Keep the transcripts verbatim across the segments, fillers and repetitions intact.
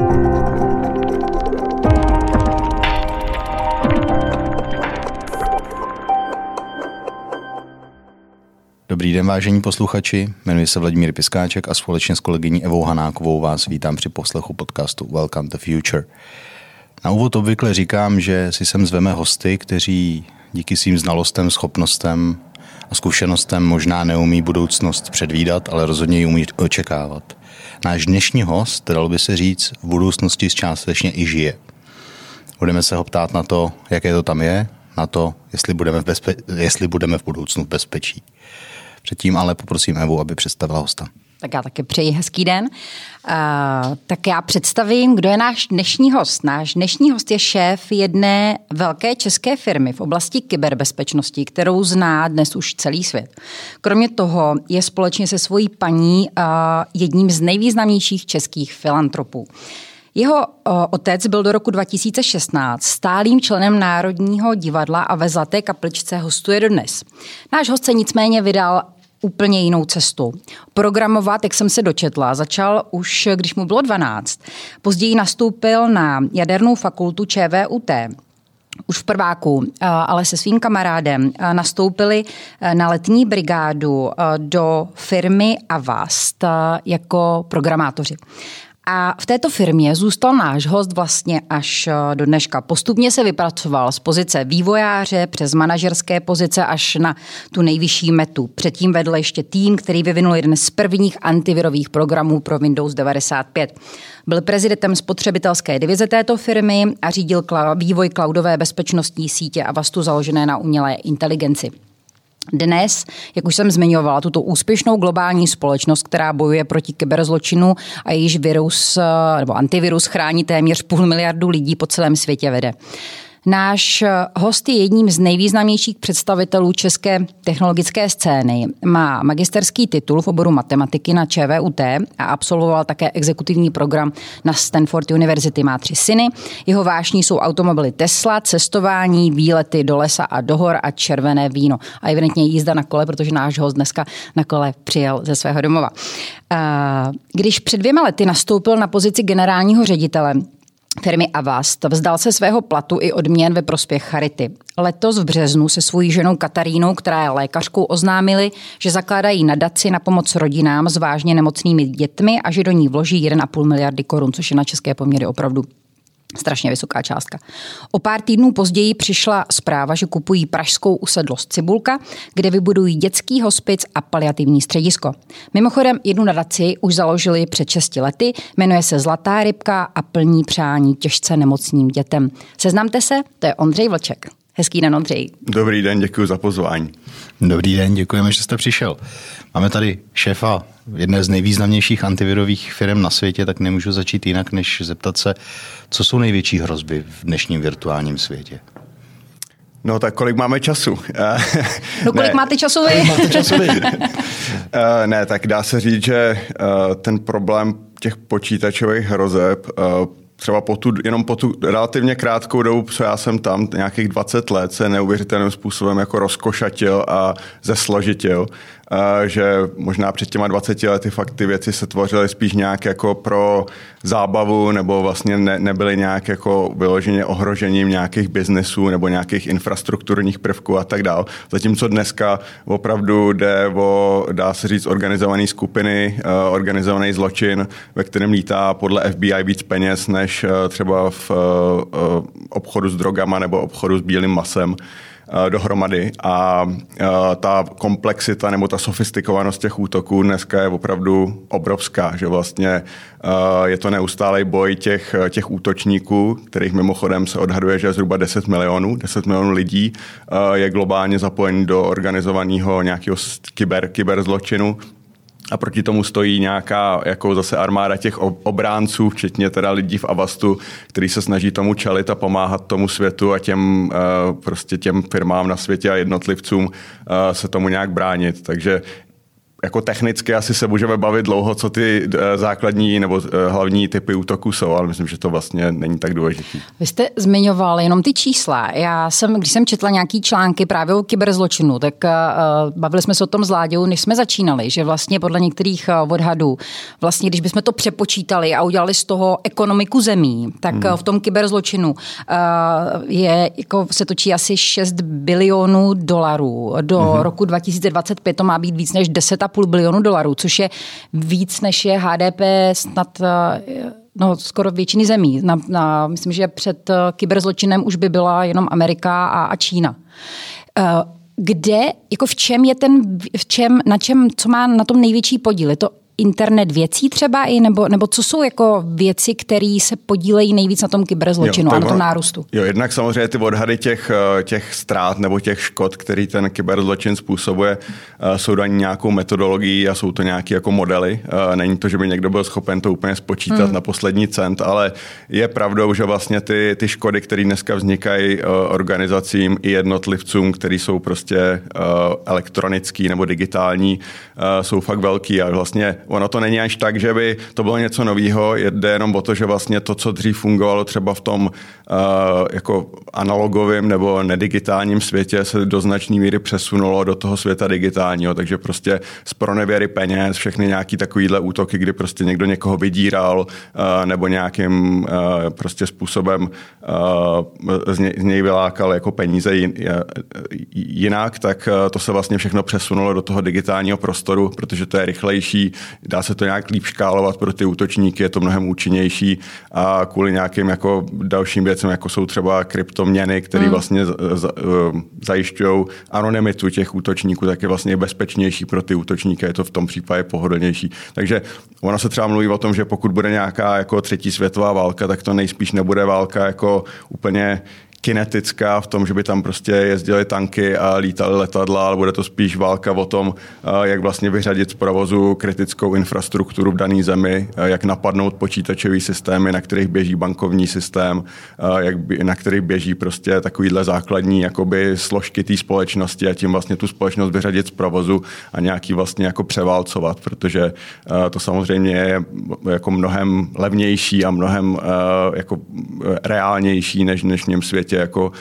Dobrý den, vážení posluchači, jmenuji se Vladimír Piskáček a společně s kolegyní Evou Hanákovou vás vítám při poslechu podcastu Welcome to Future. Na úvod obvykle říkám, že si sem zveme hosty, kteří díky svým znalostem, schopnostem a zkušenostem možná neumí budoucnost předvídat, ale rozhodně ji umí očekávat. Náš dnešní host, dalo by se říct, v budoucnosti částečně i žije. Budeme se ho ptát na to, jaké to tam je, na to, jestli budeme v, bezpe- jestli budeme v budoucnu v bezpečí. Předtím ale poprosím Evu, aby představila hosta. Tak já taky přeji hezký den. Uh, tak já představím, kdo je náš dnešní host. Náš dnešní host je šéf jedné velké české firmy v oblasti kyberbezpečnosti, kterou zná dnes už celý svět. Kromě toho je společně se svojí paní uh, jedním z nejvýznamnějších českých filantropů. Jeho uh, otec byl do roku dva tisíce šestnáct stálým členem Národního divadla a ve Zlaté kapličce hostuje dodnes. Náš host se nicméně vydal úplně jinou cestu. Programovat, jak jsem se dočetla, začal už, když mu bylo dvanáct. Později nastoupil na jadernou fakultu ČVUT. Už v prváku, ale se svým kamarádem nastoupili na letní brigádu do firmy Avast jako programátoři. A v této firmě zůstal náš host vlastně až do dneška. Postupně se vypracoval z pozice vývojáře přes manažerské pozice až na tu nejvyšší metu. Předtím vedl ještě tým, který vyvinul jeden z prvních antivirových programů pro Windows devadesát pět. Byl prezidentem spotřebitelské divize této firmy a řídil vývoj cloudové bezpečnostní sítě Avastu založené na umělé inteligenci. Dnes, jak už jsem zmiňovala, tuto úspěšnou globální společnost, která bojuje proti kyberzločinu a jejíž virus nebo antivirus chrání téměř půl miliardu lidí po celém světě vede. Náš host je jedním z nejvýznamnějších představitelů české technologické scény. Má magisterský titul v oboru matematiky na ČVUT a absolvoval také exekutivní program na Stanford University. Má tři syny. Jeho vášní jsou automobily Tesla, cestování, výlety do lesa a do hor a červené víno. A evidentně jízda na kole, protože náš host dneska na kole přijel ze svého domova. Když před dvěma lety nastoupil na pozici generálního ředitele firmy Avast, vzdal se svého platu i odměn ve prospěch charity. Letos v březnu se svojí ženou Katarínou, která je lékařkou, oznámili, že zakládají nadaci na pomoc rodinám s vážně nemocnými dětmi a že do ní vloží jedna celá pět miliardy korun, což je na české poměry opravdu strašně vysoká částka. O pár týdnů později přišla zpráva, že kupují pražskou usedlost Cibulka, kde vybudují dětský hospic a paliativní středisko. Mimochodem jednu nadaci už založili před šesti lety, jmenuje se Zlatá rybka a plní přání těžce nemocným dětem. Seznamte se, to je Ondřej Vlček. Hezký den, Ondřej. Dobrý den, děkuji za pozvání. Dobrý den, děkujeme, že jste přišel. Máme tady šéfa jedné z nejvýznamnějších antivirových firm na světě, tak nemůžu začít jinak, než zeptat se, co jsou největší hrozby v dnešním virtuálním světě? No tak kolik máme času? No kolik máte času vy? máte času vy? Ne, tak dá se říct, že ten problém těch počítačových hrozeb třeba po tu, jenom po tu relativně krátkou dobu, co já jsem tam, nějakých dvacet let, se neuvěřitelným způsobem jako rozkošatil a zesložitil. Že možná před těma dvaceti lety fakt ty věci se tvořily spíš nějak jako pro zábavu nebo vlastně ne, nebyly nějak jako vyloženě ohrožením nějakých biznesů nebo nějakých infrastrukturních prvků a tak dál. Zatímco dneska opravdu jde o, dá se říct, organizované skupiny, organizovaný zločin, ve kterém lítá podle F B I víc peněz než třeba v obchodu s drogama nebo obchodu s bílým masem dohromady a ta komplexita nebo ta sofistikovanost těch útoků dneska je opravdu obrovská, že vlastně je to neustálej boj těch, těch útočníků, kterých mimochodem se odhaduje, že je zhruba deset milionů, deset milionů lidí je globálně zapojení do organizovaného nějakého kyber, kyberzločinu. A proti tomu stojí nějaká jako zase armáda těch obránců, včetně teda lidí v Avastu, kteří se snaží tomu čelit a pomáhat tomu světu a těm prostě těm firmám na světě a jednotlivcům se tomu nějak bránit. Takže jako technicky asi se můžeme bavit dlouho, co ty základní nebo hlavní typy útoků jsou, ale myslím, že to vlastně není tak důležitý. Vy jste zmiňoval jenom ty čísla. Já jsem, když jsem četla nějaký články právě o kyberzločinu, tak uh, bavili jsme se o tom s Láďou, než jsme začínali, že vlastně podle některých uh, odhadů, vlastně když bychom to přepočítali a udělali z toho ekonomiku zemí, tak hmm. uh, v tom kyberzločinu uh, je, jako se točí asi šest bilionů dolarů. Do hmm. roku dva tisíce dvacet pět to má být víc než deset a půl bilionu dolarů, což je víc než je H D P snad no, skoro většiny zemí. Na, na, myslím, že před kyberzločinem už by byla jenom Amerika a, a Čína. Kde, jako v čem je ten, v čem, na čem, co má na tom největší podíl? Je to internet věcí třeba i, nebo, nebo co jsou jako věci, které se podílejí nejvíc na tom kyberzločinu jo, a na tom nárůstu? Jo, jednak samozřejmě ty odhady těch, těch ztrát nebo těch škod, který ten kyberzločin způsobuje, jsou daní nějakou metodologií a jsou to nějaké jako modely. Není to, že by někdo byl schopen to úplně spočítat hmm. na poslední cent, ale je pravdou, že vlastně ty, ty škody, které dneska vznikají organizacím i jednotlivcům, který jsou prostě elektronický nebo digitální, jsou fakt velký a vlastně ono to není až tak, že by to bylo něco nového, jde jenom o to, že vlastně to, co dřív fungovalo třeba v tom uh, jako analogovém nebo nedigitálním světě, se do značné míry přesunulo do toho světa digitálního, takže prostě z pronevěry peněz, všechny nějaký takovýhle útoky, kdy prostě někdo někoho vydíral uh, nebo nějakým uh, prostě způsobem uh, z, ně, z něj vylákal jako peníze jin, jinak, tak uh, to se vlastně všechno přesunulo do toho digitálního prostoru, protože to je rychlejší, dá se to nějak líp škálovat pro ty útočníky, je to mnohem účinnější a kvůli nějakým jako dalším věcem, jako jsou třeba kryptoměny, které hmm. vlastně zajišťují anonymitu těch útočníků, tak je vlastně bezpečnější pro ty útočníky, je to v tom případě pohodlnější. Takže ono se třeba mluví o tom, že pokud bude nějaká jako třetí světová válka, tak to nejspíš nebude válka jako úplně kinetická v tom, že by tam prostě jezdily tanky a lítaly letadla, ale bude to spíš válka o tom, jak vlastně vyřadit z provozu kritickou infrastrukturu v dané zemi, jak napadnout počítačové systémy, na kterých běží bankovní systém, jak by, na kterých běží prostě takovýhle základní jakoby složky té společnosti a tím vlastně tu společnost vyřadit z provozu a nějaký vlastně jako převálcovat, protože to samozřejmě je jako mnohem levnější a mnohem jako reálnější než v dnešním světě jako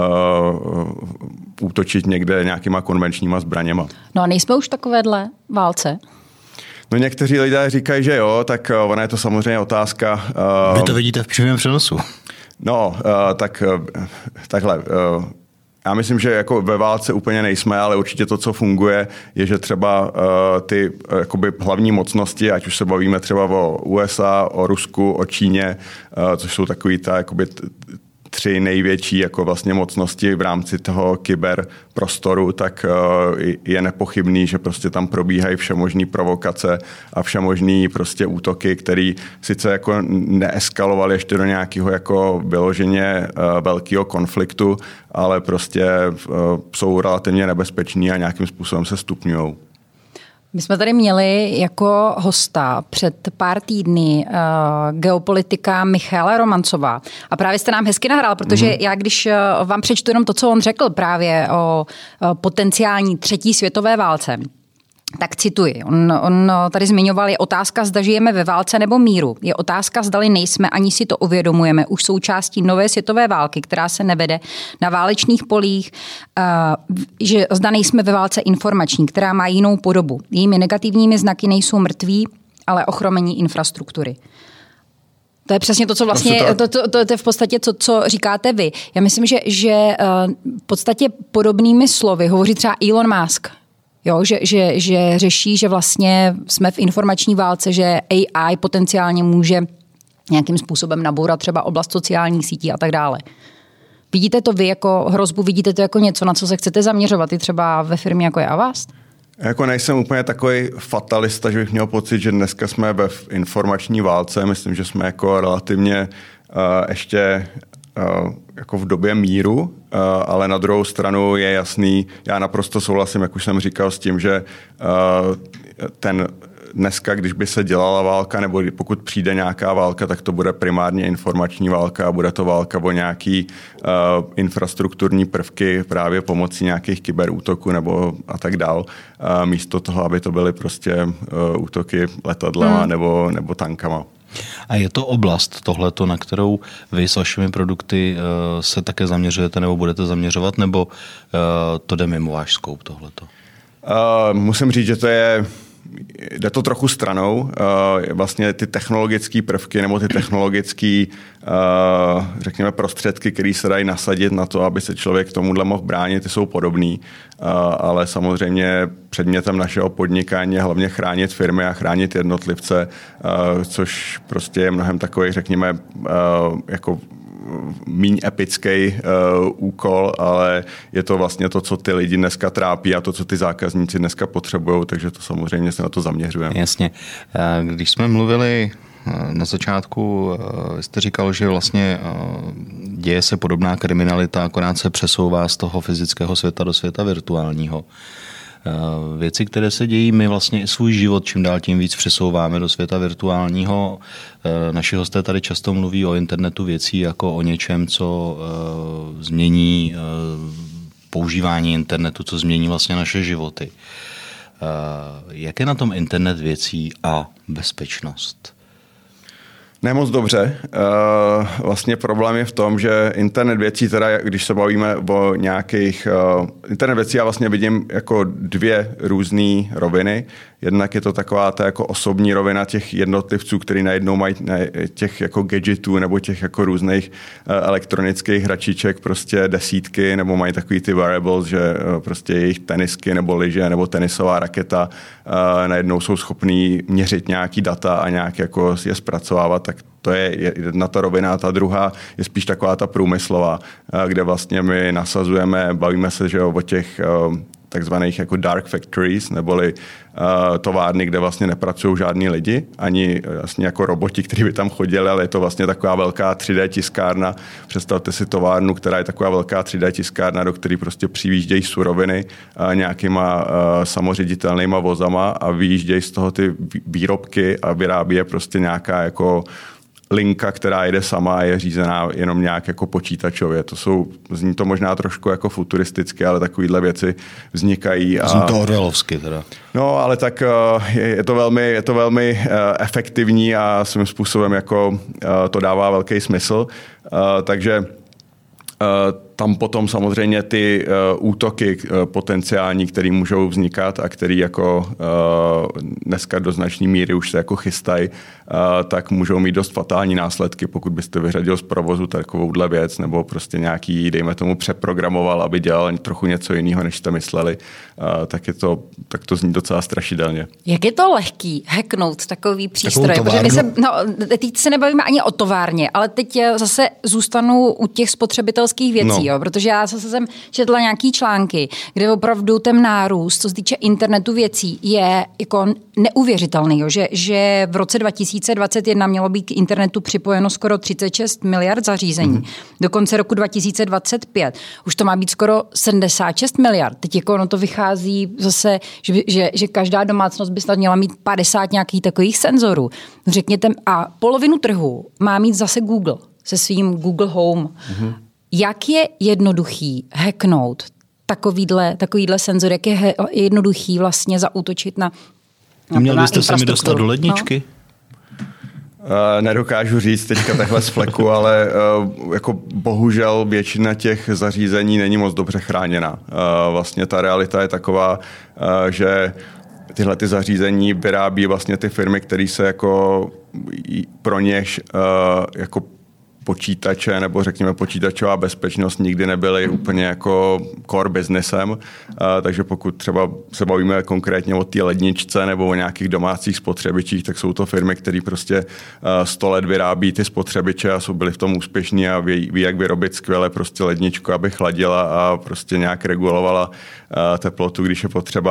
uh, útočit někde nějakýma konvenčníma zbraněma. No a nejsme už takovéhle válce? No někteří lidé říkají, že jo, tak uh, ona je to samozřejmě otázka. Uh, Vy to vidíte v přímém přenosu. No, uh, tak uh, takhle. Uh, Já myslím, že jako ve válce úplně nejsme, ale určitě to, co funguje, je, že třeba uh, ty uh, jakoby hlavní mocnosti, ať už se bavíme třeba o U S A, o Rusku, o Číně, uh, což jsou takový ta jakoby t- tři největší jako vlastně mocnosti v rámci toho kyberprostoru, tak je nepochybný, že prostě tam probíhají všemožný provokace a všemožný prostě útoky, které sice jako neeskalovaly ještě do nějakého jako vyloženě velkého konfliktu, ale prostě jsou relativně nebezpeční a nějakým způsobem se stupňují. My jsme tady měli jako hosta před pár týdny uh, geopolitika Michaela Romancová. A právě jste nám hezky nahrál, protože mm-hmm. já když uh, vám přečtu jenom to, co on řekl právě o uh, potenciální třetí světové válce, tak cituji. On, on tady zmiňoval, je otázka, zda žijeme ve válce nebo míru. Je otázka, zdali nejsme, ani si to uvědomujeme. Už součástí nové světové války, která se nevede na válečných polích, uh, že zda nejsme ve válce informační, která má jinou podobu. Jejími negativními znaky nejsou mrtví, ale ochromení infrastruktury. To je přesně to, co vlastně, to, to, to, to je v podstatě to, co říkáte vy. Já myslím, že, že uh, v podstatě podobnými slovy hovoří třeba Elon Musk. Jo, že, že, že řeší, že vlastně jsme v informační válce, že A I potenciálně může nějakým způsobem nabourat třeba oblast sociálních sítí a tak dále. Vidíte to vy jako hrozbu, vidíte to jako něco, na co se chcete zaměřovat i třeba ve firmě jako je Avast? Jako nejsem úplně takový fatalista, že bych měl pocit, že dneska jsme ve informační válce. Myslím, že jsme jako relativně uh, ještě uh, jako v době míru, uh, ale na druhou stranu je jasný, já naprosto souhlasím, jak už jsem říkal, s tím, že uh, ten dneska, když by se dělala válka, nebo pokud přijde nějaká válka, tak to bude primárně informační válka a bude to válka o nějaký uh, infrastrukturní prvky právě pomocí nějakých kyberútoků nebo a tak dál. Uh, místo toho, aby to byly prostě uh, útoky letadlama hmm. nebo, nebo tankama. A je to oblast tohleto, na kterou vy s vašimi produkty uh, se také zaměřujete nebo budete zaměřovat, nebo uh, to jde mimo váš scope tohleto? Uh, musím říct, že to je, jde to trochu stranou. Uh, vlastně ty technologické prvky nebo ty technologické, uh, řekněme, prostředky, které se dají nasadit na to, aby se člověk tomuhle mohl bránit, ty jsou podobný. Uh, ale samozřejmě předmětem našeho podnikání je hlavně chránit firmy a chránit jednotlivce, uh, což prostě je mnohem takový, řekněme, uh, jako míň epický uh, úkol, ale je to vlastně to, co ty lidi dneska trápí a to, co ty zákazníci dneska potřebují, takže to samozřejmě se na to zaměřujeme. Jasně. Když jsme mluvili na začátku, jste říkal, že vlastně děje se podobná kriminalita, akorát se přesouvá z toho fyzického světa do světa virtuálního. Věci, které se dějí, my vlastně i svůj život čím dál tím víc přesouváme do světa virtuálního. Naši hosté tady často mluví o internetu věcí jako o něčem, co změní používání internetu, co změní vlastně naše životy. Jak je na tom internet věcí a bezpečnost? Ne moc dobře. Vlastně problém je v tom, že internet věcí, teda když se bavíme o nějakých... Internet věcí já vlastně vidím jako dvě různé roviny. Jednak je to taková ta jako osobní rovina těch jednotlivců, kteří najednou mají těch jako gadgetů nebo těch jako různých elektronických hračiček prostě desítky, nebo mají takový ty wearables, že prostě jejich tenisky nebo lyže nebo tenisová raketa najednou jsou schopní měřit nějaký data a nějak jako je zpracovávat, tak to je jedna ta rovina, a ta druhá je spíš taková ta průmyslová, kde vlastně my nasazujeme, bavíme se, že o těch takzvaných jako dark factories, neboli uh, továrny, kde vlastně nepracují žádní lidi, ani vlastně jako roboti, kteří by tam chodili, ale je to vlastně taková velká tři dé tiskárna. Představte si továrnu, která je taková velká tři dé tiskárna, do které prostě přijíždějí suroviny uh, nějakýma uh, samoředitelnýma vozama a vyjíždějí z toho ty výrobky a vyrábí je prostě nějaká jako linka, která jede sama a je řízená jenom nějak jako počítačově. To jsou, zní to možná trošku jako futuristicky, ale takovýhle věci vznikají. A... Zní to orwellovsky teda. No, ale tak je, je to velmi, je to velmi efektivní a svým způsobem jako to dává velký smysl. Takže tam potom samozřejmě ty uh, útoky uh, potenciální, které můžou vznikat a které jako uh, dneska do značné míry už se jako chystají, uh, tak můžou mít dost fatální následky, pokud byste vyřadil z provozu takovouhle věc nebo prostě nějaký, dejme tomu, přeprogramoval, aby dělal trochu něco jiného, než jste mysleli, uh, tak, je to, tak to zní docela strašidelně. Jak je to lehký hacknout takový přístroj? Protože my se, no, teď se nebavíme ani o továrně, ale teď zase zůstanu u těch spotřebitelských věcí. No. Jo, protože já zase jsem četla nějaký články, kde opravdu ten nárůst, co se týče internetu věcí, je jako neuvěřitelný. Jo, že, že v roce dva tisíce dvacet jedna mělo být k internetu připojeno skoro třicet šest miliard zařízení. Mm-hmm. Do konce roku dva tisíce dvacet pět už to má být skoro sedmdesát šest miliard. Teď jako ono to vychází zase, že, že, že každá domácnost by snad měla mít padesát nějakých takových senzorů. Řekněte, a polovinu trhu má mít zase Google se svým Google Home. Mm-hmm. Jak je jednoduchý hacknout takovýhle, takovýhle senzor, jak je jednoduchý vlastně zaútočit na, na Měl byste se mi dostat do ledničky? No? Uh, nedokážu říct teďka takhle z fleku, ale uh, jako bohužel většina těch zařízení není moc dobře chráněna. Uh, vlastně ta realita je taková, uh, že tyhle ty zařízení vyrábí vlastně ty firmy, které se jako pro něž uh, jako počítače nebo řekněme počítačová bezpečnost nikdy nebyly úplně jako core businessem, uh, takže pokud třeba se bavíme konkrétně o té ledničce nebo o nějakých domácích spotřebičích, tak jsou to firmy, které prostě uh, sto let vyrábí ty spotřebiče a jsou byly v tom úspěšní a ví, ví jak vyrobit skvěle prostě ledničku, aby chladila a prostě nějak regulovala uh, teplotu, když je potřeba.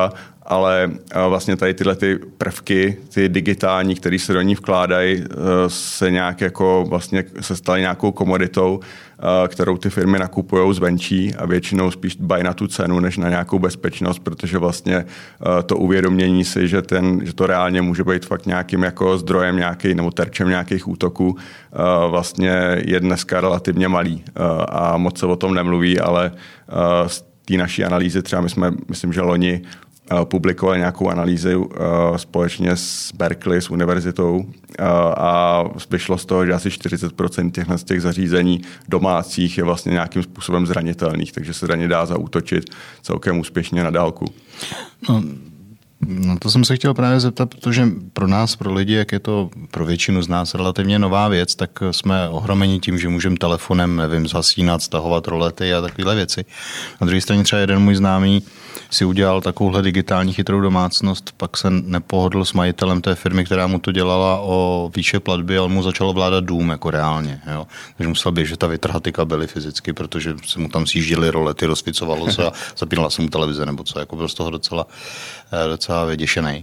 ale vlastně tady tyhle ty prvky, ty digitální, které se do ní vkládají, se nějak jako vlastně se staly nějakou komoditou, kterou ty firmy nakupují zvenčí a většinou spíš dbají na tu cenu, než na nějakou bezpečnost, protože vlastně to uvědomění si, že, ten, že to reálně může být fakt nějakým jako zdrojem nějaký, nebo terčem nějakých útoků, vlastně je dneska relativně malý a moc se o tom nemluví, ale z té naší analýzy třeba my jsme, myslím, že loni publikovali nějakou analýzu uh, společně s Berkeley, s univerzitou uh, a vyšlo z toho, že asi čtyřicet procent těch, z těch zařízení domácích je vlastně nějakým způsobem zranitelných, takže se na ně dá zaútočit celkem úspěšně na dálku. No. No to jsem se chtěl právě zeptat, protože pro nás, pro lidi, jak je to pro většinu z nás relativně nová věc, tak jsme ohromeni tím, že můžeme telefonem, nevím, zhasínat, stahovat rolety a takovéhle věci. Na druhé straně třeba jeden můj známý si udělal takovouhle digitální chytrou domácnost, pak se nepohodl s majitelem té firmy, která mu to dělala, o výše platby, ale mu začalo vládat dům jako reálně. Jo. Takže musel běžet a vytrhat ty kabely fyzicky, protože se mu tam sjíždily rolety, rozsvicovalo se a zapínala se mu televize nebo co, jako byl z toho docela, docela vyděšenej.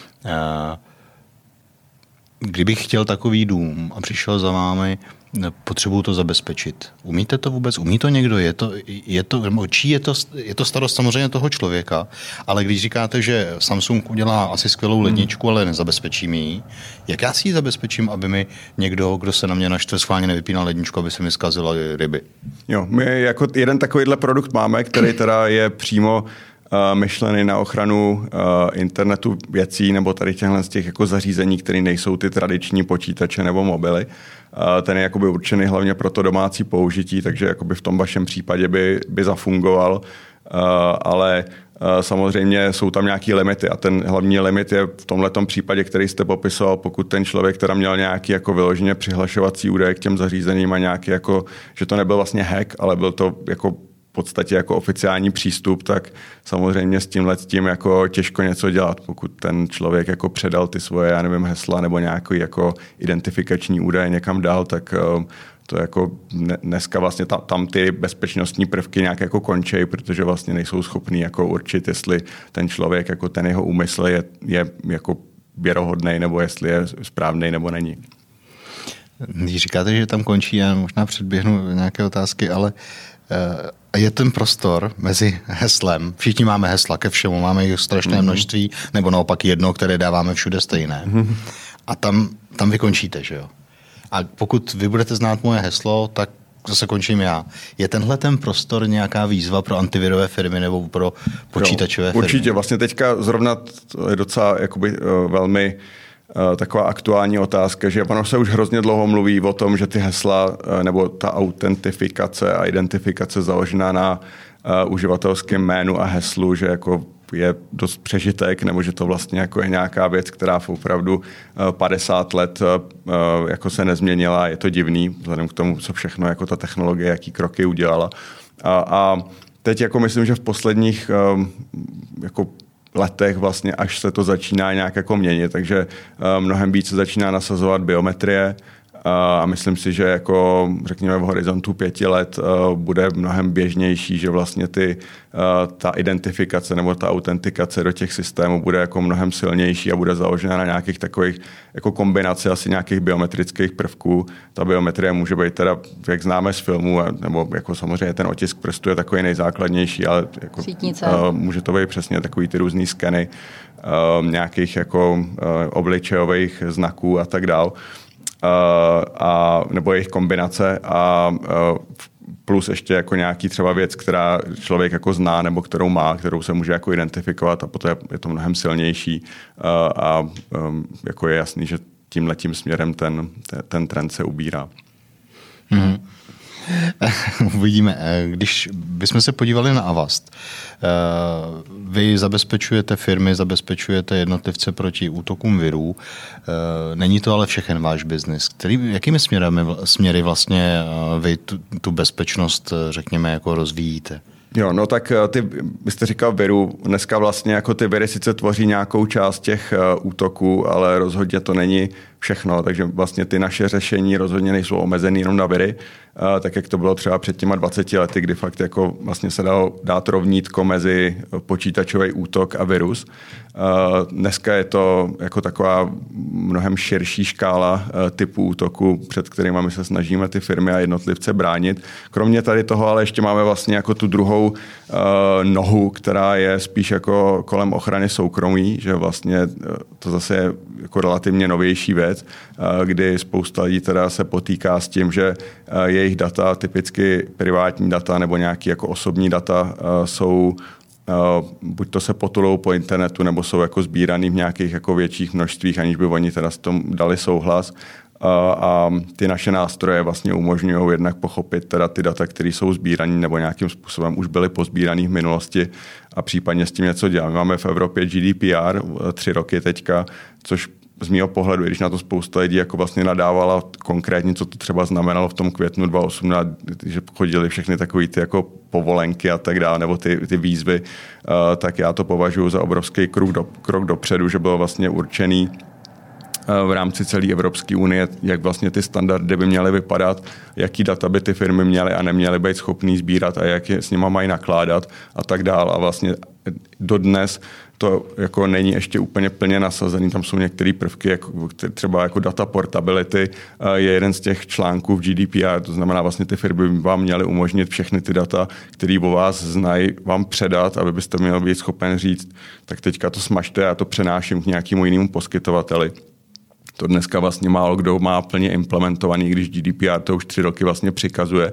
Kdybych chtěl takový dům a přišel za vámi, potřebuju to zabezpečit. Umíte to vůbec? Umí to někdo? Je to, je to, čí je to, je to starost samozřejmě toho člověka, ale když říkáte, že Samsung udělá asi skvělou ledničku, ale nezabezpečím ji, jak já si ji zabezpečím, aby mi někdo, kdo se na mě naštve, schválně nevypínal ledničku, aby se mi zkazila ryby? Jo, my jako jeden takovýhle produkt máme, který teda je přímo myšlený na ochranu uh, internetu věcí nebo tady těchhle z těch jako zařízení, které nejsou ty tradiční počítače nebo mobily. Uh, ten je jakoby určený hlavně pro to domácí použití, takže jakoby v tom vašem případě by, by zafungoval, uh, ale uh, samozřejmě jsou tam nějaký limity a ten hlavní limit je v tomhletom případě, který jste popisoval, pokud ten člověk teda měl nějaký jako vyloženě přihlašovací údaje k těm zařízením a nějaký jako, že to nebyl vlastně hack, ale byl to jako v podstatě jako oficiální přístup, tak samozřejmě s tímhle s tím jako těžko něco dělat. Pokud ten člověk jako předal ty svoje, já nevím, hesla nebo nějaký jako identifikační údaje někam dál, tak to jako dneska vlastně tam, tam ty bezpečnostní prvky nějak jako končí, protože vlastně nejsou schopní jako určit, jestli ten člověk, jako ten jeho úmysl je, je jako věrohodný, nebo jestli je správný, nebo není. Když říkáte, že tam končí, já možná předběhnu nějaké otázky, ale je ten prostor mezi heslem, všichni máme hesla ke všemu, máme jich strašné množství, nebo naopak jedno, které dáváme všude stejné. A tam, tam vy končíte, že jo? A pokud vy budete znát moje heslo, tak zase končím já. Je tenhle ten prostor nějaká výzva pro antivirové firmy nebo pro počítačové firmy? Určitě, vlastně teďka zrovna je docela jakoby, velmi taková aktuální otázka, že ono se už hrozně dlouho mluví o tom, že ty hesla nebo ta autentifikace a identifikace založená na uh, uživatelském jménu a heslu, že jako je dost přežitek, nebo že to vlastně jako je nějaká věc, která v opravdu uh, padesát let uh, jako se nezměnila. Je to divný, vzhledem k tomu, co všechno jako ta technologie, jaký kroky udělala. A, a teď jako myslím, že v posledních um, jako letech vlastně, až se to začíná nějak jako měnit, takže uh, mnohem víc se začíná nasazovat biometrie uh, a myslím si, že jako řekněme v horizontu pěti let uh, bude mnohem běžnější, že vlastně ty, uh, ta identifikace nebo ta autentikace do těch systémů bude jako mnohem silnější a bude založena na nějakých takových jako kombinaci asi nějakých biometrických prvků. Ta biometrie může být teda, jak známe z filmu, nebo jako samozřejmě ten otisk prstu je takový nejzákladnější, ale jako, uh, může to být přesně takový ty různý skeny uh, nějakých jako uh, obličejových znaků a tak dál. Uh, a, nebo jejich kombinace a uh, plus ještě jako nějaký třeba věc, která člověk jako zná nebo kterou má, kterou se může jako identifikovat a potom je to mnohem silnější uh, a um, jako je jasný, že tímhletím směrem ten, ten trend se ubírá. Mm-hmm. Uvidíme. Když bychom se podívali na Avast, vy zabezpečujete firmy, zabezpečujete jednotlivce proti útokům virů. Není to ale všechen váš biznis. Který, jakými směry, směry vlastně vy tu, tu bezpečnost, řekněme, jako rozvíjíte? Jo, no tak ty, byste říkal viru, dneska vlastně jako ty viry sice tvoří nějakou část těch uh, útoků, ale rozhodně to není všechno, takže vlastně ty naše řešení rozhodně nejsou omezený jenom na viry, tak jak to bylo třeba před těma dvaceti lety, kdy fakt jako vlastně se dalo dát rovnítko mezi počítačový útok a virus. Dneska je to jako taková mnohem širší škála typů útoku, před kterými my se snažíme ty firmy a jednotlivce bránit. Kromě tady toho ale ještě máme vlastně jako tu druhou nohu, která je spíš jako kolem ochrany soukromí, že vlastně to zase je jako relativně novější věc, kdy spousta lidí teda se potýká s tím, že jejich data, typicky privátní data nebo nějaké jako osobní data jsou buď to se potulou po internetu, nebo jsou jako sbíraný v nějakých jako větších množstvích, aniž by oni teda s tom dali souhlas. A ty naše nástroje vlastně umožňují jednak pochopit teda ty data, které jsou sbírané nebo nějakým způsobem už byly pozbírané v minulosti a případně s tím něco dělat. My máme v Evropě G D P R tři roky teďka, což z mého pohledu, i když na to spousta lidí jako vlastně nadávala konkrétně, co to třeba znamenalo v tom květnu dva tisíce osmnáct, že chodili všechny takové ty jako povolenky a tak dále, nebo ty, ty výzvy, uh, tak já to považuji za obrovský krok, do, krok dopředu, že bylo vlastně určený v rámci celé Evropské unie, jak vlastně ty standardy by měly vypadat, jaký data by ty firmy měly a neměly být schopný sbírat a jak je s nima mají nakládat a tak dále. A vlastně dodnes to jako není ještě úplně plně nasazený. Tam jsou některé prvky, jako, třeba jako data portability je jeden z těch článků v G D P R, to znamená vlastně ty firmy by vám měly umožnit všechny ty data, které o vás znají, vám předat, aby byste měli být schopen říct, tak teďka to smažte, já to přenáším k nějakému jinému poskytovateli. To dneska vlastně málo kdo má plně implementovaný, když G D P R to už tři roky vlastně přikazuje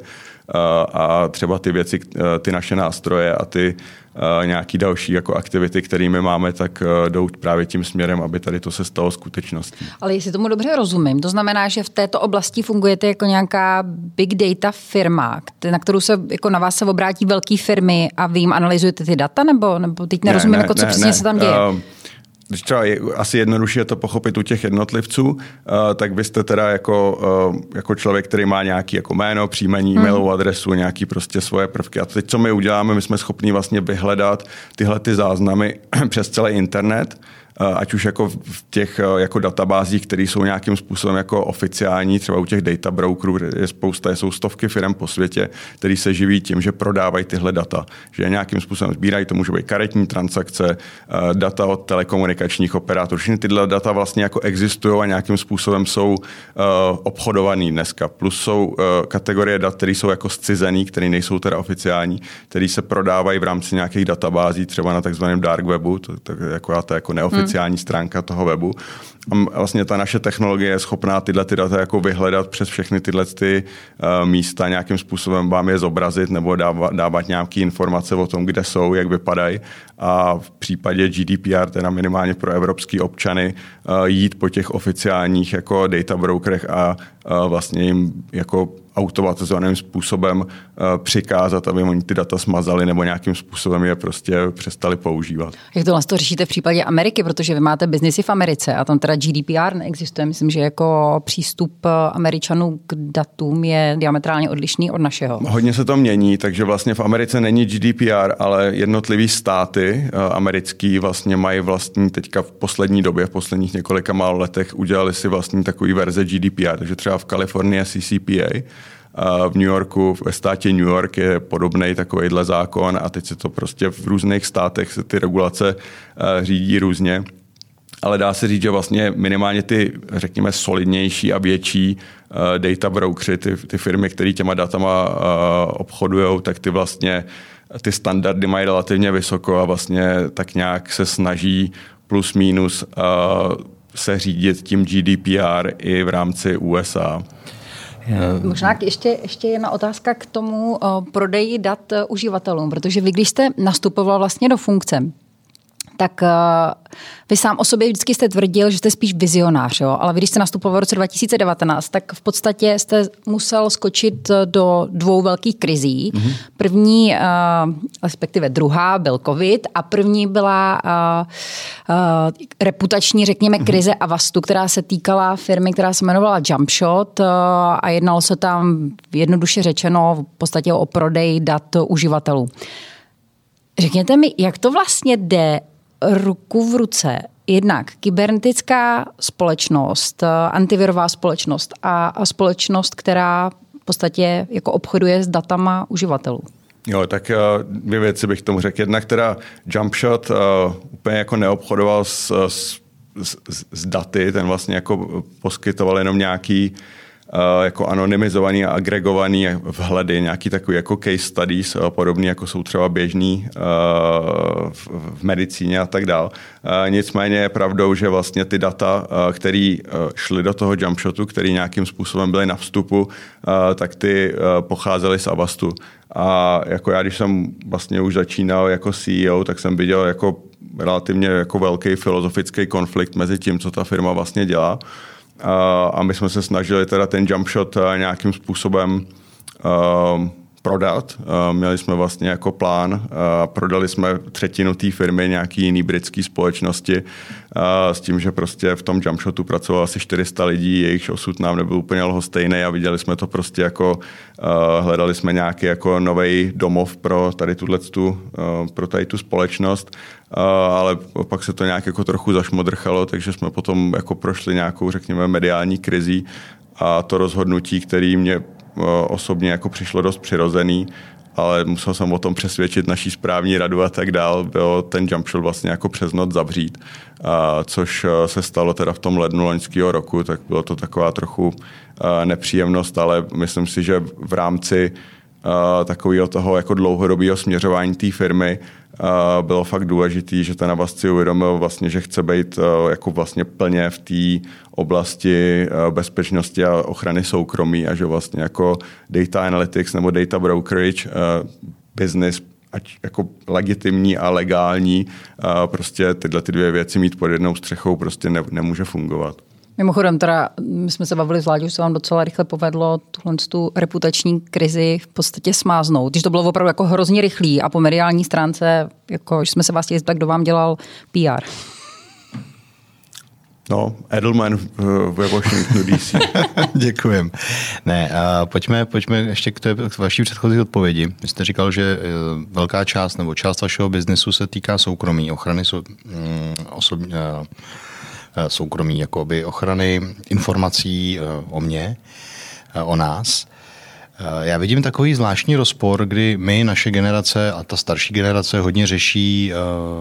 a třeba ty věci, ty naše nástroje a ty nějaký další jako aktivity, kterými máme, tak jdou právě tím směrem, aby tady to se stalo skutečností. Ale jestli tomu dobře rozumím, to znamená, že v této oblasti fungujete jako nějaká big data firma, na kterou se jako na vás se obrátí velké firmy a vy jim analyzujete ty data, nebo, nebo teď nerozumím, ne, ne, jako co ne, přesně ne. se tam děje? Uh, Když třeba je asi jednodušší je to pochopit u těch jednotlivců, uh, tak vy jste teda jako, uh, jako člověk, který má nějaký jako jméno, příjmení, hmm. mailovou adresu, nějaký prostě svoje prvky. A teď, co my uděláme, my jsme schopni vlastně vyhledat tyhle ty záznamy přes celý internet, ať už jako v těch jako databázích, které jsou nějakým způsobem jako oficiální, třeba u těch data brokerů, je spousta, jsou stovky firm po světě, který se živí tím, že prodávají tyhle data, že nějakým způsobem sbírají, to může být karetní transakce, data od telekomunikačních operátorů. Všechny tyhle data vlastně jako existují a nějakým způsobem jsou obchodovaný dneska. Plus jsou kategorie dat, které jsou jako zcizený, které nejsou teda oficiální, které se prodávají v rámci nějakých databází, třeba na takzvaném dark webu, to, to, jako, to jako neoficiální oficiální stránka toho webu. A vlastně ta naše technologie je schopná tyhle ty data jako vyhledat přes všechny tyhle ty uh, místa, nějakým způsobem vám je zobrazit nebo dávat, dávat nějaké informace o tom, kde jsou, jak vypadají. A v případě G D P R, teda minimálně pro evropský občany, uh, jít po těch oficiálních jako data brokerech a uh, vlastně jim jako automatizovaným způsobem uh, přikázat, aby oni ty data smazali nebo nějakým způsobem je prostě přestali používat. Jak tohle to řešíte v případě Ameriky, protože vy máte biznisy v Americe a tam teda G D P R neexistuje. Myslím, že jako přístup Američanů k datům je diametrálně odlišný od našeho. Hodně se to mění, takže vlastně v Americe není G D P R, ale jednotlivý státy uh, americký vlastně mají vlastní teďka v poslední době, v posledních několika málo letech udělali si vlastní takový verze G D P R, takže třeba v Kalifornii je C C P A, v New Yorku, ve státě New York je podobný takovejhle zákon a teď se to prostě v různých státech se ty regulace řídí různě. Ale dá se říct, že vlastně minimálně ty, řekněme, solidnější a větší data brokery, ty, ty firmy, které těma datama obchodujou, tak ty vlastně ty standardy mají relativně vysoko a vlastně tak nějak se snaží plus minus se řídit tím G D P R i v rámci U S A. Možná ještě, ještě jedna otázka k tomu o, prodeji dat uživatelům, protože vy, když jste nastupoval vlastně do funkce, tak uh, vy sám o sobě vždycky jste tvrdil, že jste spíš vizionář, jo? Ale vy, když jste nastupoval v roce dva tisíce devatenáct, tak v podstatě jste musel skočit do dvou velkých krizí. Mm-hmm. První, uh, respektive druhá, byl covid a první byla uh, uh, reputační, řekněme, krize mm-hmm. Avastu, která se týkala firmy, která se jmenovala Jumpshot uh, a jednalo se tam jednoduše řečeno v podstatě o prodej dat uživatelů. Řekněte mi, jak to vlastně jde ruku v ruce, jednak kybernetická společnost, antivirová společnost a, a společnost, která v podstatě jako obchoduje s datama uživatelů. Jo, tak dvě věci bych tomu řekl. Jednak teda Jumpshot uh, úplně jako neobchodoval s, s, s, s daty, ten vlastně jako poskytoval jenom nějaký uh, jako anonymizovaný a agregovaný vhledy, nějaký takový jako case studies, uh, podobný jako jsou třeba běžný uh, v, v medicíně a tak dál. Uh, nicméně je pravdou, že vlastně ty data, uh, které uh, šly do toho Jumpshotu, které nějakým způsobem byly na vstupu, uh, tak ty uh, pocházely z Avastu. A jako já, když jsem vlastně už začínal jako C E O, tak jsem viděl jako relativně jako velký filozofický konflikt mezi tím, co ta firma vlastně dělá. A my jsme se snažili teda ten Jumpshot nějakým způsobem prodat. Měli jsme vlastně jako plán, prodali jsme třetinu té firmy nějaký jiný britský společnosti s tím, že prostě v tom Jumpshotu pracovalo asi čtyři sta lidí, jejich osud nám nebyl úplně lhostejný a viděli jsme to prostě jako, hledali jsme nějaký jako novej domov pro tady tuhletu, pro tady tu společnost, ale pak se to nějak jako trochu zašmodrchalo, takže jsme potom jako prošli nějakou, řekněme, mediální krizí a to rozhodnutí, který mě osobně jako přišlo dost přirozený, ale musel jsem o tom přesvědčit naší správní radu a tak dál, bylo ten Jumpshot vlastně jako přes noc zavřít, a což se stalo teda v tom lednu loňského roku, tak bylo to taková trochu nepříjemnost, ale myslím si, že v rámci takového toho jako dlouhodobého směřování té firmy bylo fakt důležitý, že ten Avast si uvědomil vlastně, že chce být jako vlastně plně v té oblasti bezpečnosti a ochrany soukromí a že vlastně jako data analytics nebo data brokerage business, ať jako legitimní a legální, prostě tyhle ty dvě věci mít pod jednou střechou prostě ne, nemůže fungovat. Mimochodem, teda, my jsme se bavili s Vláďou, že se vám docela rychle povedlo tuhle tu reputační krizi v podstatě smáznout. Když to bylo opravdu jako hrozně rychlý a po mediální stránce, jako, že jsme se vás chtěli, tak kdo vám dělal P R? No, Edelman ve Washingtonu D C. Děkujem. Ne, a pojďme, pojďme ještě k, té, k vaší předchozí odpovědi. Vy jste říkal, že velká část nebo část vašeho biznesu se týká soukromí, ochrany so, mm, osobně, soukromí, jakoby ochrany informací o mně, o nás. Já vidím takový zvláštní rozpor, kdy my, naše generace a ta starší generace hodně řeší,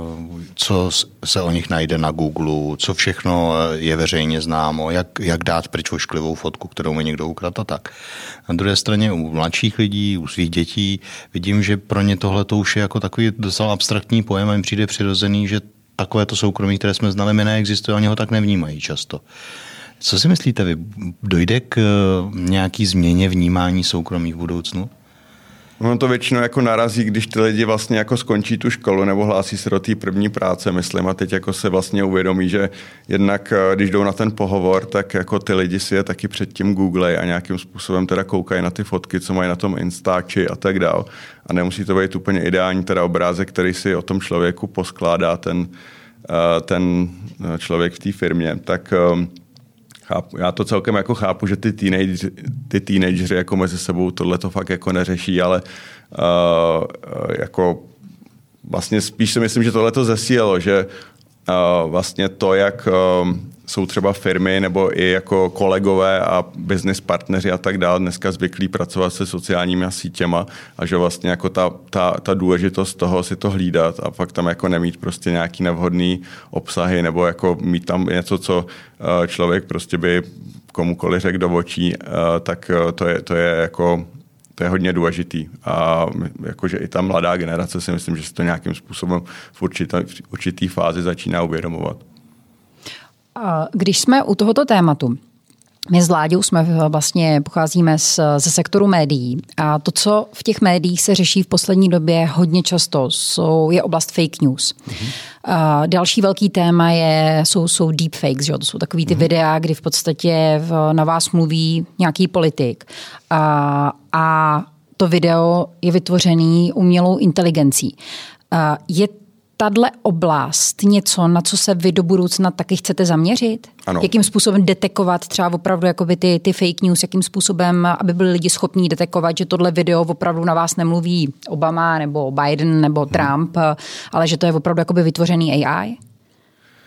co se o nich najde na Google, co všechno je veřejně známo, jak, jak dát pryč ošklivou fotku, kterou mi někdo ukradl a tak. Na druhé straně u mladších lidí, u svých dětí vidím, že pro ně tohle to už je jako takový docela abstraktní pojem a jim přijde přirozený, že takové to soukromí, které jsme znali, my neexistuje, oni ho tak nevnímají často. Co si myslíte vy? Dojde k nějaký změně vnímání soukromí v budoucnu? Ono to většinou jako narazí, když ty lidi vlastně jako skončí tu školu nebo hlásí se do té první práce, myslím, a teď jako se vlastně uvědomí, že jednak, když jdou na ten pohovor, tak jako ty lidi si je taky předtím googlej a nějakým způsobem teda koukají na ty fotky, co mají na tom Instači a tak dál. A nemusí to být úplně ideální teda obrázek, který si o tom člověku poskládá ten, ten člověk v té firmě. Tak chápu, já to celkem jako chápu, že ty teenageři, ty teenageři jako mezi sebou tohle to fakt jako neřeší, ale uh, jako vlastně spíš si myslím, že tohle to zesílilo, že uh, vlastně to, jak uh, jsou třeba firmy nebo i jako kolegové a business partneři a tak dále dneska zvyklí pracovat se sociálními sítěma a že vlastně jako ta, ta, ta důležitost toho si to hlídat a fakt tam jako nemít prostě nějaký nevhodný obsahy nebo jako mít tam něco, co člověk prostě by komukoliv řekl do očí, tak to je, to je jako to je hodně důležitý. A jakože i ta mladá generace si myslím, že se to nějakým způsobem v určité, v určitý fázi začíná uvědomovat. Když jsme u tohoto tématu, my s Láďou jsme vlastně pocházíme z, ze sektoru médií a to, co v těch médiích se řeší v poslední době hodně často, jsou, je oblast fake news. Mm-hmm. A další velký téma je, jsou, jsou deepfakes, že? To jsou takový ty mm-hmm. videa, kdy v podstatě v, na vás mluví nějaký politik a, a to video je vytvořený umělou inteligencí. A je tahle oblast něco, na co se vy do budoucna taky chcete zaměřit? Ano. Jakým způsobem detekovat třeba opravdu jakoby ty, ty fake news, jakým způsobem, aby byli lidi schopní detekovat, že tohle video opravdu na vás nemluví Obama nebo Biden nebo Trump, hmm. ale že to je opravdu jakoby vytvořený A I?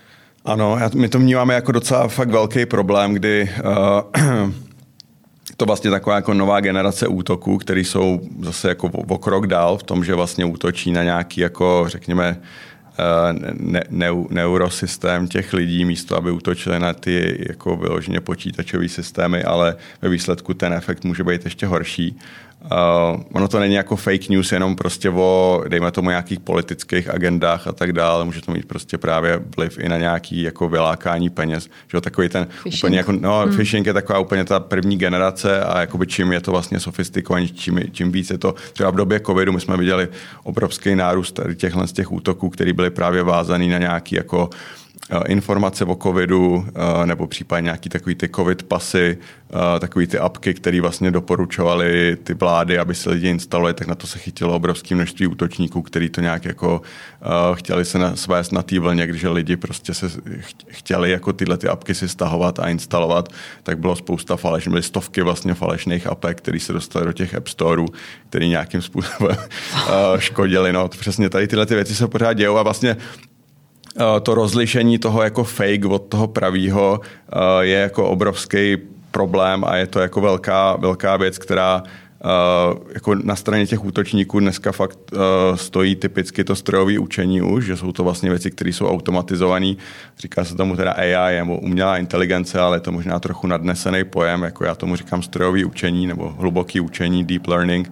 Ano, my to vnímáme jako docela fakt velký problém, kdy uh, to vlastně taková jako nová generace útoků, které jsou zase jako o krok dál v tom, že vlastně útočí na nějaký jako řekněme ne, ne, neurosystém těch lidí, místo aby útočili na ty jako vyloženě počítačové systémy, ale ve výsledku ten efekt může být ještě horší. Uh, ono to není jako fake news, jenom prostě o, dejme tomu, nějakých politických agendách a tak dále. Může to mít prostě právě vliv i na nějaký jako vylákání peněz. Že takový ten phishing. Úplně jako, no, hmm. phishing je taková úplně ta první generace a jakoby čím je to vlastně sofistikovaný, čím, čím víc je to. Třeba v době covidu my jsme viděli obrovský nárůst těchhle z těch útoků, který byly právě vázaný na nějaký jako informace o covidu nebo případně nějaký takový ty covid pasy, takový ty apky, které vlastně doporučovaly ty vlády, aby se lidi instalovali, tak na to se chytilo obrovské množství útočníků, kteří to nějak jako chtěli se svést na té vlně, když lidi prostě se chtěli jako tyhle ty apky si stahovat a instalovat, tak bylo spousta falešných, byly stovky vlastně falešných apek, které se dostaly do těch App Storeů, které nějakým způsobem škodily. No, přesně tady tyhle ty věci se pořád dějou a vlastně to rozlišení toho jako fake od toho pravýho je jako obrovský problém a je to jako velká, velká věc, která jako na straně těch útočníků dneska fakt stojí typicky to strojové učení už, že jsou to vlastně věci, které jsou automatizované. Říká se tomu teda A I nebo umělá inteligence, ale je to možná trochu nadnesený pojem, jako já tomu říkám strojové učení nebo hluboké učení, deep learning.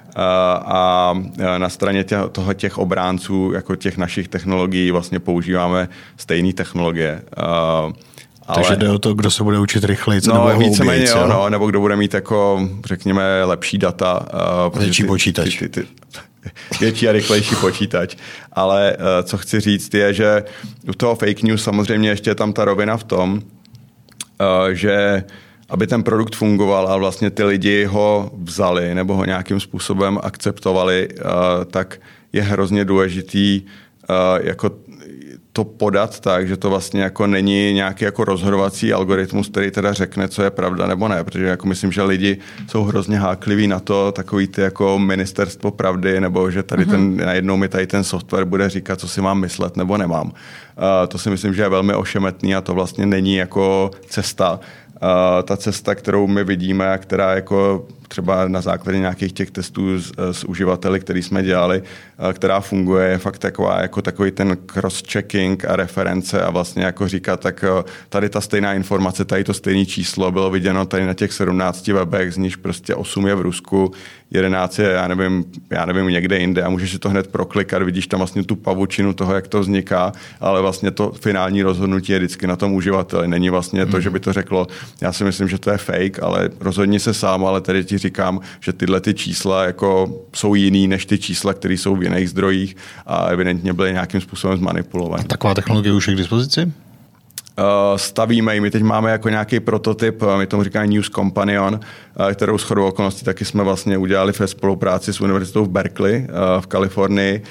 A na straně těch, toho těch obránců, jako těch našich technologií, vlastně používáme stejné technologie. Takže ale... jde o to, kdo se bude učit rychleji, no, nebo víceméně jo, no, nebo kdo bude mít jako, řekněme, lepší data. Větší počítač. Ty, ty, ty, větší a rychlejší počítač. Ale co chci říct je, že u toho fake news samozřejmě ještě je tam ta rovina v tom, že aby ten produkt fungoval a vlastně ty lidi ho vzali nebo ho nějakým způsobem akceptovali, tak je hrozně důležitý jako to podat tak, že to vlastně jako není nějaký jako rozhodovací algoritmus, který teda řekne, co je pravda nebo ne, protože jako myslím, že lidi jsou hrozně hákliví na to, takový ty jako ministerstvo pravdy, nebo že tady ten, najednou mi tady ten software bude říkat, co si mám myslet nebo nemám. Uh, to si myslím, že je velmi ošemetný a to vlastně není jako cesta. Uh, ta cesta, kterou my vidíme a která jako třeba na základě nějakých těch testů s, s uživateli, který jsme dělali, uh, která funguje, je fakt taková, jako takový ten cross-checking a reference a vlastně jako říkat, tak uh, tady ta stejná informace, tady to stejné číslo bylo viděno tady na těch sedmnácti webech, z níž prostě osm je v Rusku, jedenáct je, já nevím, já nevím, někde jinde a můžeš si to hned proklikat, vidíš tam vlastně tu pavučinu toho, jak to vzniká, ale vlastně to finální rozhodnutí je vždycky na tom uživateli. Není vlastně to, že by to řeklo, já si myslím, že to je fake, ale rozhodni se sám, ale tady ti říkám, že tyhle ty čísla jako jsou jiný než ty čísla, které jsou v jiných zdrojích a evidentně byly nějakým způsobem zmanipulované. Taková technologie už je k dispozici? Stavíme ji. My teď máme jako nějaký prototyp, my tomu říkáme News Companion, kterou shodou okolností taky jsme vlastně udělali ve spolupráci s univerzitou v Berkeley v Kalifornii.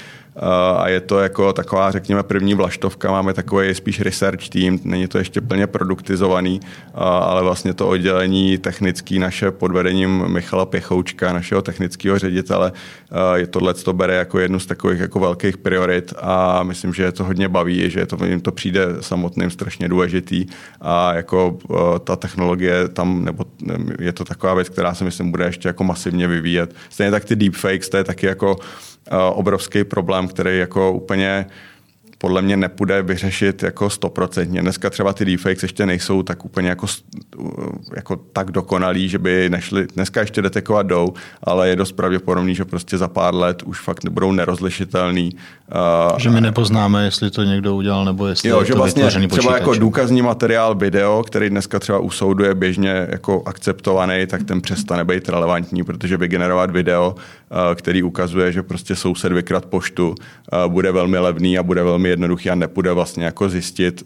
A je to jako taková, řekněme, první vlaštovka. Máme takový spíš research team, není to ještě plně produktizovaný, ale vlastně to oddělení technický naše pod vedením Michala Pěchoučka, našeho technického ředitele, je tohle to bere jako jednu z takových jako velkých priorit a myslím, že je to hodně baví, že to, jim to přijde samotným strašně důležitý a jako ta technologie tam, nebo je to taková věc, která se myslím bude ještě jako masivně vyvíjet. Stejně tak ty deepfakes, to je taky jako obrovský problém, který jako úplně podle mě nepůjde vyřešit jako stoprocentně. Dneska třeba ty deepfakes ještě nejsou tak úplně jako, jako tak dokonalý, že by nešli, dneska ještě detekovat jdou, ale je dost pravděpodobný, že prostě za pár let už fakt budou nerozlišitelný. Že my nepoznáme, jestli to někdo udělal, nebo jestli jo, je že to vlastně vytvořený třeba počítač. jako důkazní materiál video, který dneska třeba u soudu je běžně jako akceptovaný, tak ten přestane být relevantní, protože vygenerovat video, který ukazuje, že prostě soused vykradl poštu, bude velmi levný a bude velmi jednoduchý a nepůjde vlastně jako zjistit,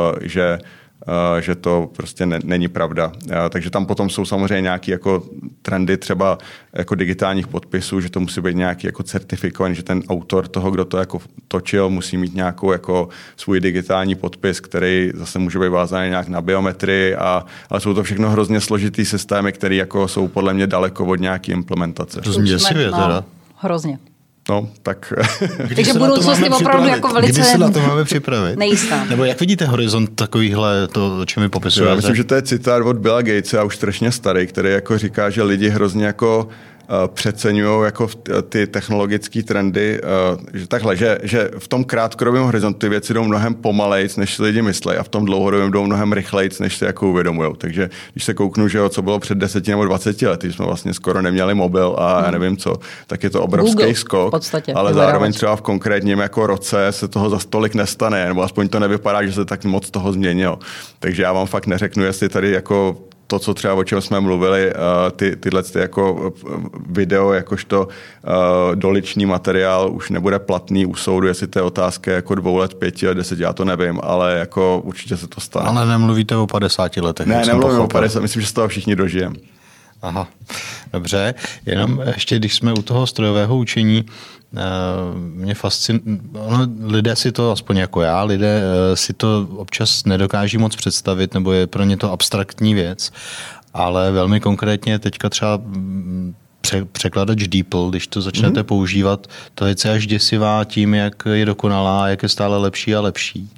že Uh, že to prostě ne, není pravda. Uh, takže tam potom jsou samozřejmě nějaké jako trendy třeba jako digitálních podpisů, že to musí být nějaký jako certifikovaný, že ten autor toho, kdo to jako točil, musí mít nějakou jako svůj digitální podpis, který zase může být vázaný nějak na biometrii, a, ale jsou to všechno hrozně složitý systémy, které jako jsou podle mě daleko od nějaké implementace. To zní děsivě teda. Hrozně. No, tak... Takže budoucnost je opravdu jako velice... Kdy se na to máme připravit? Nejistá. Nebo jak vidíte horizont takovýhle, to, o čem mi popisujete? Já myslím, že to je citát od Billa Gatese, a už strašně starý, který jako říká, že lidi hrozně jako přeceňují jako ty technologické trendy, že takhle, že, že v tom krátkodobém horizontu ty věci jdou mnohem pomalejc, než si lidi myslejí, a v tom dlouhodobém jdou mnohem rychlejc, než si jako uvědomujou. Takže když se kouknu, že jo, co bylo před deseti nebo dvaceti lety, jsme vlastně skoro neměli mobil a já nevím co, tak je to obrovský Google, skok, podstatě, ale zároveň třeba v konkrétním jako roce se toho za stolik nestane, nebo aspoň to nevypadá, že se tak moc toho změnilo. Takže já vám fakt neřeknu, jestli tady jako to, co třeba o čem jsme mluvili, ty, tyhle ty jako video, jakožto uh, doličný materiál už nebude platný u soudu, jestli to je otázka jako dvou let, pěti let, deseti, já to nevím, ale jako určitě se to stane. Ale nemluvíte o padesáti letech. Ne, nemluvím o padesáti, myslím, že z toho všichni dožijeme. Aha, dobře. Jenom ještě, když jsme u toho strojového učení, mě fascinuje, no, lidé si to, aspoň jako já, lidé si to občas nedokáží moc představit, nebo je pro ně to abstraktní věc, ale velmi konkrétně teďka třeba překladač DeepL, když to začnete mm-hmm. používat, to je až děsivá tím, jak je dokonalá, jak je stále lepší a lepší.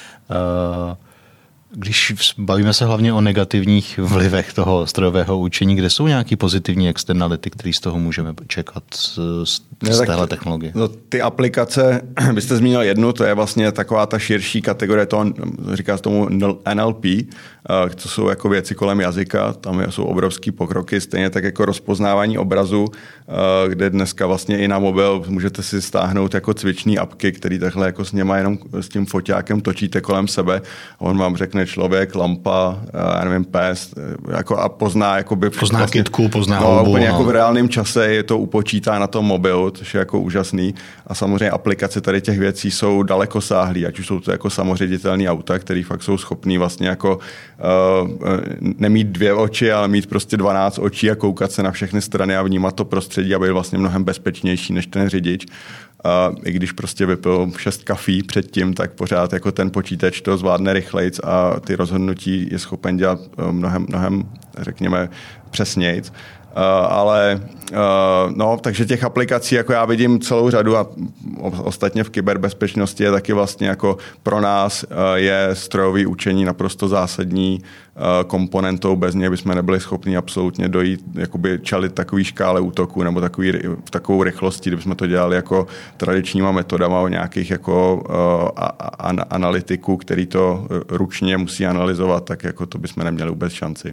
Když bavíme se hlavně o negativních vlivech toho strojového učení, kde jsou nějaké pozitivní externality, které z toho můžeme čekat z, z téhle technologie? No, ty aplikace, byste zmínil jednu, to je vlastně taková ta širší kategorie, to říká se tomu N L P, to jsou jako věci kolem jazyka, tam jsou obrovský pokroky, stejně tak jako rozpoznávání obrazu, kde dneska vlastně i na mobil můžete si stáhnout jako cvičný apky, který takhle jako s něma jenom s tím foťákem točíte kolem sebe, on vám řekne člověk, lampa, já nevím, pes, jako a pozná jakoby... Pozná vlastně, kytku, pozná no, houbu. Úplně no. Jako v reálném čase je to upočítá na tom mobilu, což je jako úžasný. A samozřejmě aplikace tady těch věcí jsou dalekosáhlý, ať už jsou to jako samoředitelný auta, který fakt jsou schopný vlastně jako uh, nemít dvě oči, ale mít prostě dvanáct očí a koukat se na všechny strany a vnímat to prostředí, aby byl vlastně mnohem bezpečnější než ten řidič. Uh, I když prostě vypil šest kafí předtím, tak pořád jako ten počítač to zvládne rychlejc a ty rozhodnutí je schopen dělat uh, mnohem, mnohem, řekněme, přesnějc. Uh, ale uh, no, takže těch aplikací jako já vidím celou řadu a ostatně v kyberbezpečnosti je taky vlastně jako pro nás uh, je strojové učení naprosto zásadní uh, komponentou, bez něj bychom nebyli schopni absolutně dojít, jakoby čelit takový škále útoků nebo takový, v takovou rychlosti, kdybychom to dělali jako tradičníma metodama o nějakých jako uh, a, a, analytiků, který to ručně musí analyzovat, tak jako to bychom neměli vůbec šanci.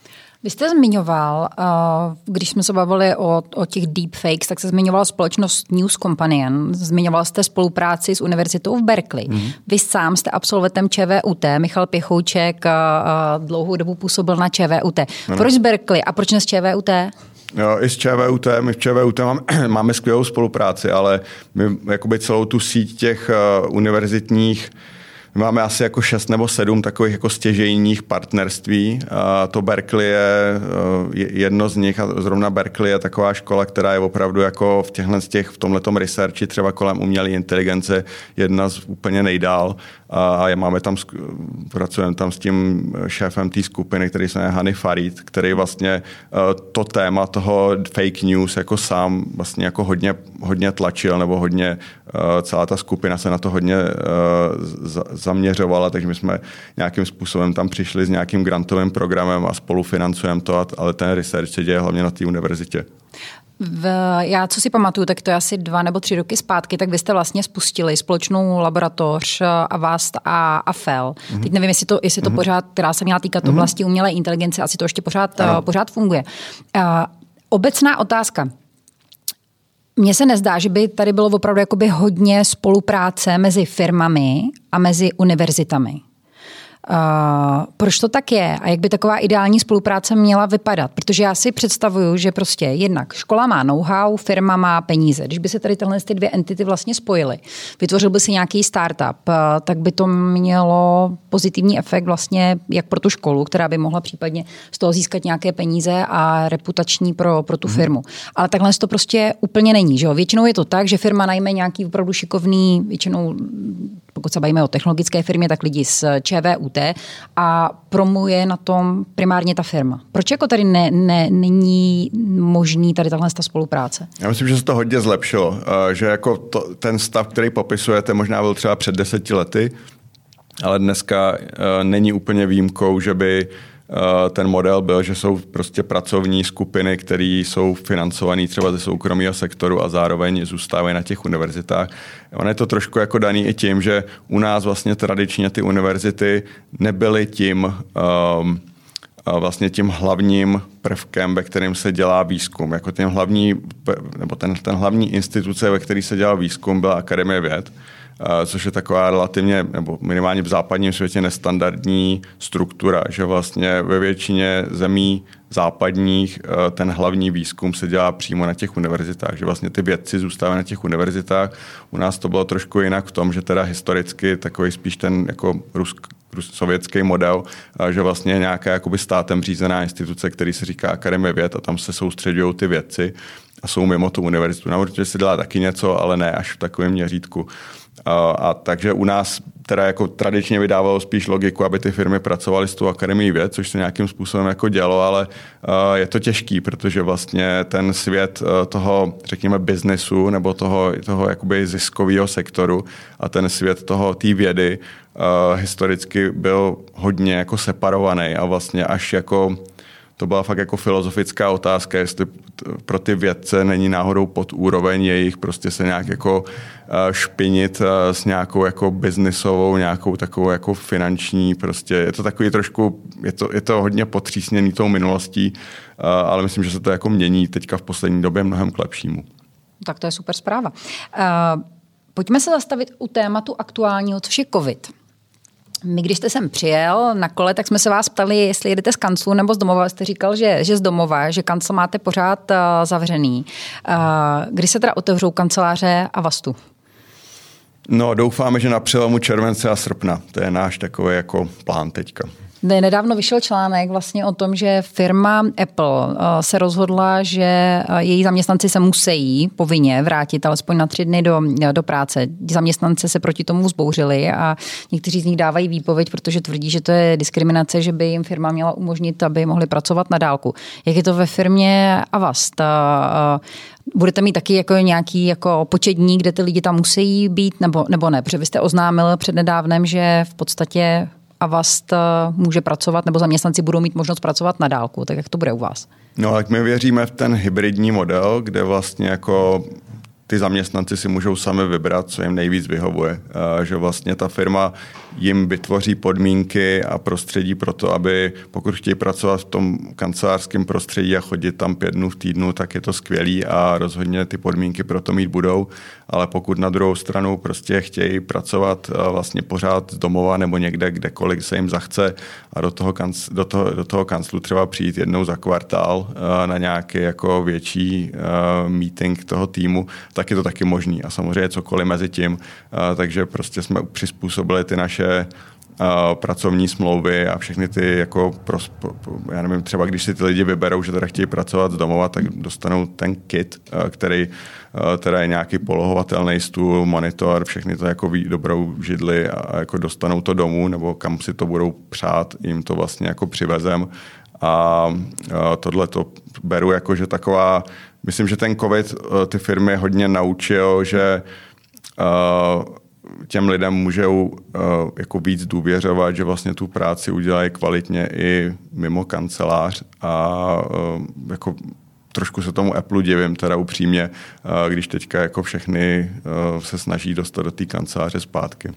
Vy jste zmiňoval, když jsme se bavili o, o těch deepfakes, tak se zmiňovala společnost News Companion, zmiňoval jste spolupráci s univerzitou v Berkeley. Mm-hmm. Vy sám jste absolventem ČVUT, Michal Pěchouček dlouhou dobu působil na ČVUT. Ano. Proč z Berkeley a proč ne z ČVUT? Jo, i z ČVUT, my v ČVUT máme, máme skvělou spolupráci, ale my jakoby celou tu síť těch uh, univerzitních máme asi jako šest nebo sedm takových jako stěžejních partnerství. A to Berkeley je jedno z nich a zrovna Berkeley je taková škola, která je opravdu jako v těchhle z těch, v tomhletom researchi třeba kolem umělé inteligence jedna z úplně nejdál. A máme tam, pracujeme tam s tím šéfem té skupiny, který se jmenuje Hani Farid, který vlastně to téma toho fake news jako sám vlastně jako hodně, hodně tlačil, nebo hodně, celá ta skupina se na to hodně zaměřovala, takže my jsme nějakým způsobem tam přišli s nějakým grantovým programem a spolufinancujeme to, ale ten research se děje hlavně na té univerzitě. V, já, co si pamatuju, tak to je asi dva nebo tři roky zpátky, tak vy jste vlastně spustili společnou laboratoř Avast a Afel. Mm-hmm. Teď nevím, jestli to, jestli to mm-hmm. pořád, která se měla týkat mm-hmm. oblasti umělé inteligence, asi to ještě pořád, uh, pořád funguje. Uh, obecná otázka. Mně se nezdá, že by tady bylo opravdu jakoby hodně spolupráce mezi firmami a mezi univerzitami. Uh, proč to tak je a jak by taková ideální spolupráce měla vypadat? Protože já si představuju, že prostě jednak škola má know-how, firma má peníze. Když by se tady tyhle ty dvě entity vlastně spojily, vytvořil by si nějaký startup, uh, tak by to mělo pozitivní efekt vlastně jak pro tu školu, která by mohla případně z toho získat nějaké peníze a reputační pro, pro tu firmu. Mm-hmm. Ale takhle to prostě úplně není. Že jo? Většinou je to tak, že firma najme nějaký opravdu šikovný, většinou pokud se bavíme o technologické firmě, tak lidi z ČVUT a promuje na tom primárně ta firma. Proč jako tady ne, ne, není možný tady tahle ta spolupráce? Já myslím, že se to hodně zlepšilo, že jako to, ten stav, který popisujete, možná byl třeba před deseti lety, ale dneska uh, není úplně výjimkou, že by uh, ten model byl, že jsou prostě pracovní skupiny, které jsou financované třeba ze soukromého sektoru a zároveň zůstávají na těch univerzitách. Ono je to trošku jako daný i tím, že u nás vlastně tradičně ty univerzity nebyly tím um, vlastně tím hlavním prvkem, ve kterém se dělá výzkum. Jako ten hlavní, nebo ten, ten hlavní instituce, ve které se dělal výzkum, byla Akademie věd, což je taková relativně, nebo minimálně v západním světě nestandardní struktura, že vlastně ve většině zemí západních ten hlavní výzkum se dělá přímo na těch univerzitách, že vlastně ty vědci zůstávají na těch univerzitách. U nás to bylo trošku jinak v tom, že teda historicky takový spíš ten jako rusk, rus, sovětský model, že vlastně je nějaká jakoby státem řízená instituce, který se říká Akademie věd a tam se soustředují ty vědci a jsou mimo tu univerzitu. Na určitě se dělá taky něco, ale ne až v takovém měřítku. A, a takže u nás teda jako tradičně vydávalo spíš logiku, aby ty firmy pracovaly s tou Akademií věd, což se nějakým způsobem jako dělo, ale uh, je to těžký, protože vlastně ten svět uh, toho, řekněme, biznesu nebo toho, toho jakoby ziskového sektoru a ten svět toho té vědy uh, historicky byl hodně jako separovaný a vlastně až jako to byla fakt jako filozofická otázka, jestli pro ty vědce není náhodou pod úroveň jejich prostě se nějak jako špinit s nějakou jako biznisovou, nějakou takovou jako finanční prostě. Je to takový trošku, je to, je to hodně potřísněný tou minulostí, ale myslím, že se to jako mění teďka v poslední době mnohem k lepšímu. Tak to je super zpráva. Uh, pojďme se zastavit u tématu aktuálního, což je COVID. My, když jste sem přijel na kole, tak jsme se vás ptali, jestli jedete z kanclu nebo z domova. Jste říkal, že, že z domova, že kancel máte pořád uh, zavřený. Uh, kdy se teda otevřou kanceláře a Avastu? No, doufáme, že na přelomu července a srpna. To je náš takový jako plán teďka. Nedávno vyšel článek vlastně o tom, že firma Apple se rozhodla, že její zaměstnanci se musí povinně vrátit alespoň na tři dny do, do práce. Zaměstnanci se proti tomu vzbouřili a někteří z nich dávají výpověď, protože tvrdí, že to je diskriminace, že by jim firma měla umožnit, aby mohli pracovat na dálku. Jak je to ve firmě Avast? Budete mít taky jako nějaký jako počet dní, kde ty lidi tam musí být, nebo, nebo ne? Protože vy jste oznámil přednedávnem, že v podstatě Avast může pracovat, nebo zaměstnanci budou mít možnost pracovat na dálku. Tak jak to bude u vás? No, tak my věříme v ten hybridní model, kde vlastně jako ty zaměstnanci si můžou sami vybrat, co jim nejvíc vyhovuje. Že vlastně ta firma jim vytvoří podmínky a prostředí pro to, aby pokud chtějí pracovat v tom kancelářském prostředí a chodit tam pět dnů v týdnu, tak je to skvělý a rozhodně ty podmínky pro to mít budou. Ale pokud na druhou stranu prostě chtějí pracovat vlastně pořád z domova nebo někde, kdekoliv se jim zachce a do toho, kanc, do toho, do toho kanclu třeba přijít jednou za kvartál na nějaký jako větší uh, meeting toho týmu, tak je to taky možný. A samozřejmě cokoliv mezi tím. Uh, takže prostě jsme přizpůsobili ty naše Uh, pracovní smlouvy a všechny ty jako pros, já nevím, třeba když si ty lidi vyberou, že teda chtějí pracovat z domova, tak dostanou ten kit, uh, který uh, teda je nějaký polohovatelný stůl, monitor, všechny to jako ví, dobrou židli a jako dostanou to domů, nebo kam si to budou přát, jim to vlastně jako přivezem. A uh, tohle to beru jako, že taková, myslím, že ten covid uh, ty firmy hodně naučil, že uh, těm lidem můžou uh, jako víc důvěřovat, že vlastně tu práci udělají kvalitně i mimo kancelář a uh, jako trošku se tomu Apple divím, teda upřímně, uh, když teďka jako všechny uh, se snaží dostat do té kanceláře zpátky.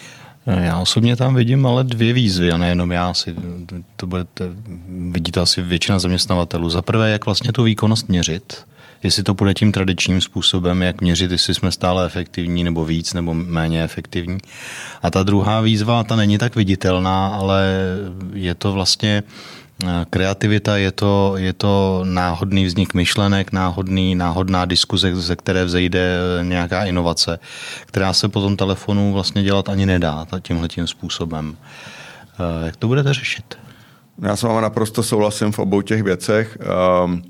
Já osobně tam vidím ale dvě výzvy a nejenom já. Si, to budete, vidí to asi většina zaměstnavatelů. Za prvé, jak vlastně tu výkonnost měřit. Jestli to půjde tím tradičním způsobem, jak měřit, jestli jsme stále efektivní nebo víc nebo méně efektivní. A ta druhá výzva, ta není tak viditelná, ale je to vlastně kreativita, je to, je to náhodný vznik myšlenek, náhodný, náhodná diskuze, ze které vzejde nějaká inovace, která se po tom telefonu vlastně dělat ani nedá tímhletím způsobem. Jak to budete řešit? Já s vámi naprosto souhlasím v obou těch věcech. Um...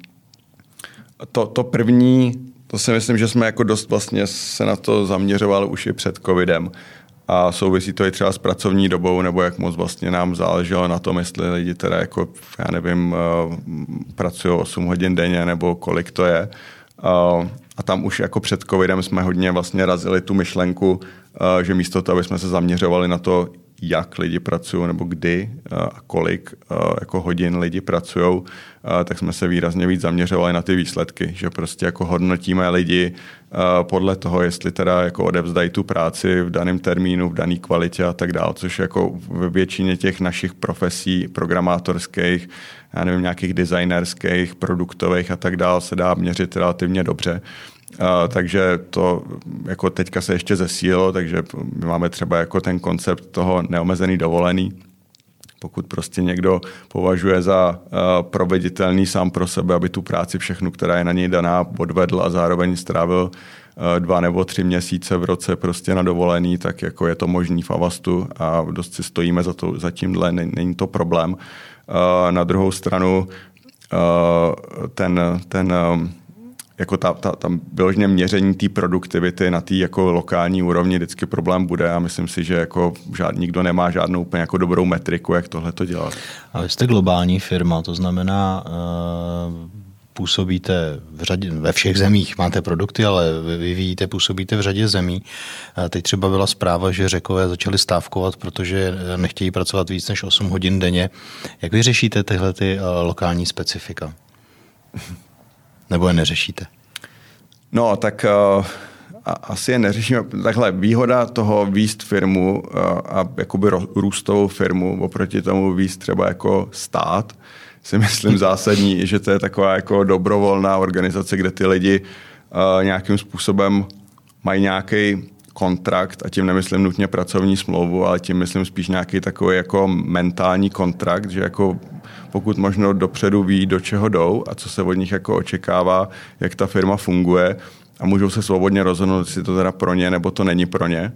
To, to první, to si myslím, že jsme jako dost vlastně se na to zaměřovali už i před covidem. A souvisí to i třeba s pracovní dobou, nebo jak moc vlastně nám záleželo na tom, jestli lidi teda jako, já nevím, pracují osm hodin denně, nebo kolik to je. A tam už jako před covidem jsme hodně vlastně razili tu myšlenku, že místo toho, aby jsme se zaměřovali na to, jak lidi pracují nebo kdy a kolik jako hodin lidi pracují, tak jsme se výrazně víc zaměřovali na ty výsledky, že prostě jako hodnotíme lidi podle toho, jestli teda jako odevzdají tu práci v daném termínu, v dané kvalitě a tak dále, což jako ve většině těch našich profesí programátorských, já nevím, nějakých designerských, produktových a tak dále se dá měřit relativně dobře. Uh, takže to jako teďka se ještě zesílilo, takže my máme třeba jako ten koncept toho neomezený dovolený. Pokud prostě někdo považuje za uh, proveditelný sám pro sebe, aby tu práci všechnu, která je na něj daná, odvedl a zároveň strávil uh, dva nebo tři měsíce v roce prostě na dovolený, tak jako je to možný v Avastu a dost si stojíme za, to, za tímhle, není to problém. Uh, na druhou stranu uh, ten, ten um, jako ta, ta, tam vyloženě měření té produktivity na té jako lokální úrovni vždycky problém bude a myslím si, že jako žád, nikdo nemá žádnou úplně jako dobrou metriku, jak tohle to dělat. A vy jste globální firma, to znamená, uh, působíte v řadě, ve všech zemích, máte produkty, ale vyvíjíte, působíte v řadě zemí. A teď třeba byla zpráva, že Řekové začali stávkovat, protože nechtějí pracovat víc než osm hodin denně. Jak vy řešíte tyhle ty uh, lokální specifika? Nebo je neřešíte? No, tak uh, asi je neřešíme. Takhle výhoda toho výst firmu uh, a jakoby růstovou firmu oproti tomu výst třeba jako stát, si myslím zásadní, že to je taková jako dobrovolná organizace, kde ty lidi uh, nějakým způsobem mají nějaký kontrakt, a tím nemyslím nutně pracovní smlouvu, ale tím myslím spíš nějaký takový jako mentální kontrakt, že jako pokud možno dopředu ví, do čeho jdou a co se od nich jako očekává, jak ta firma funguje a můžou se svobodně rozhodnout, jestli to teda pro ně, nebo to není pro ně.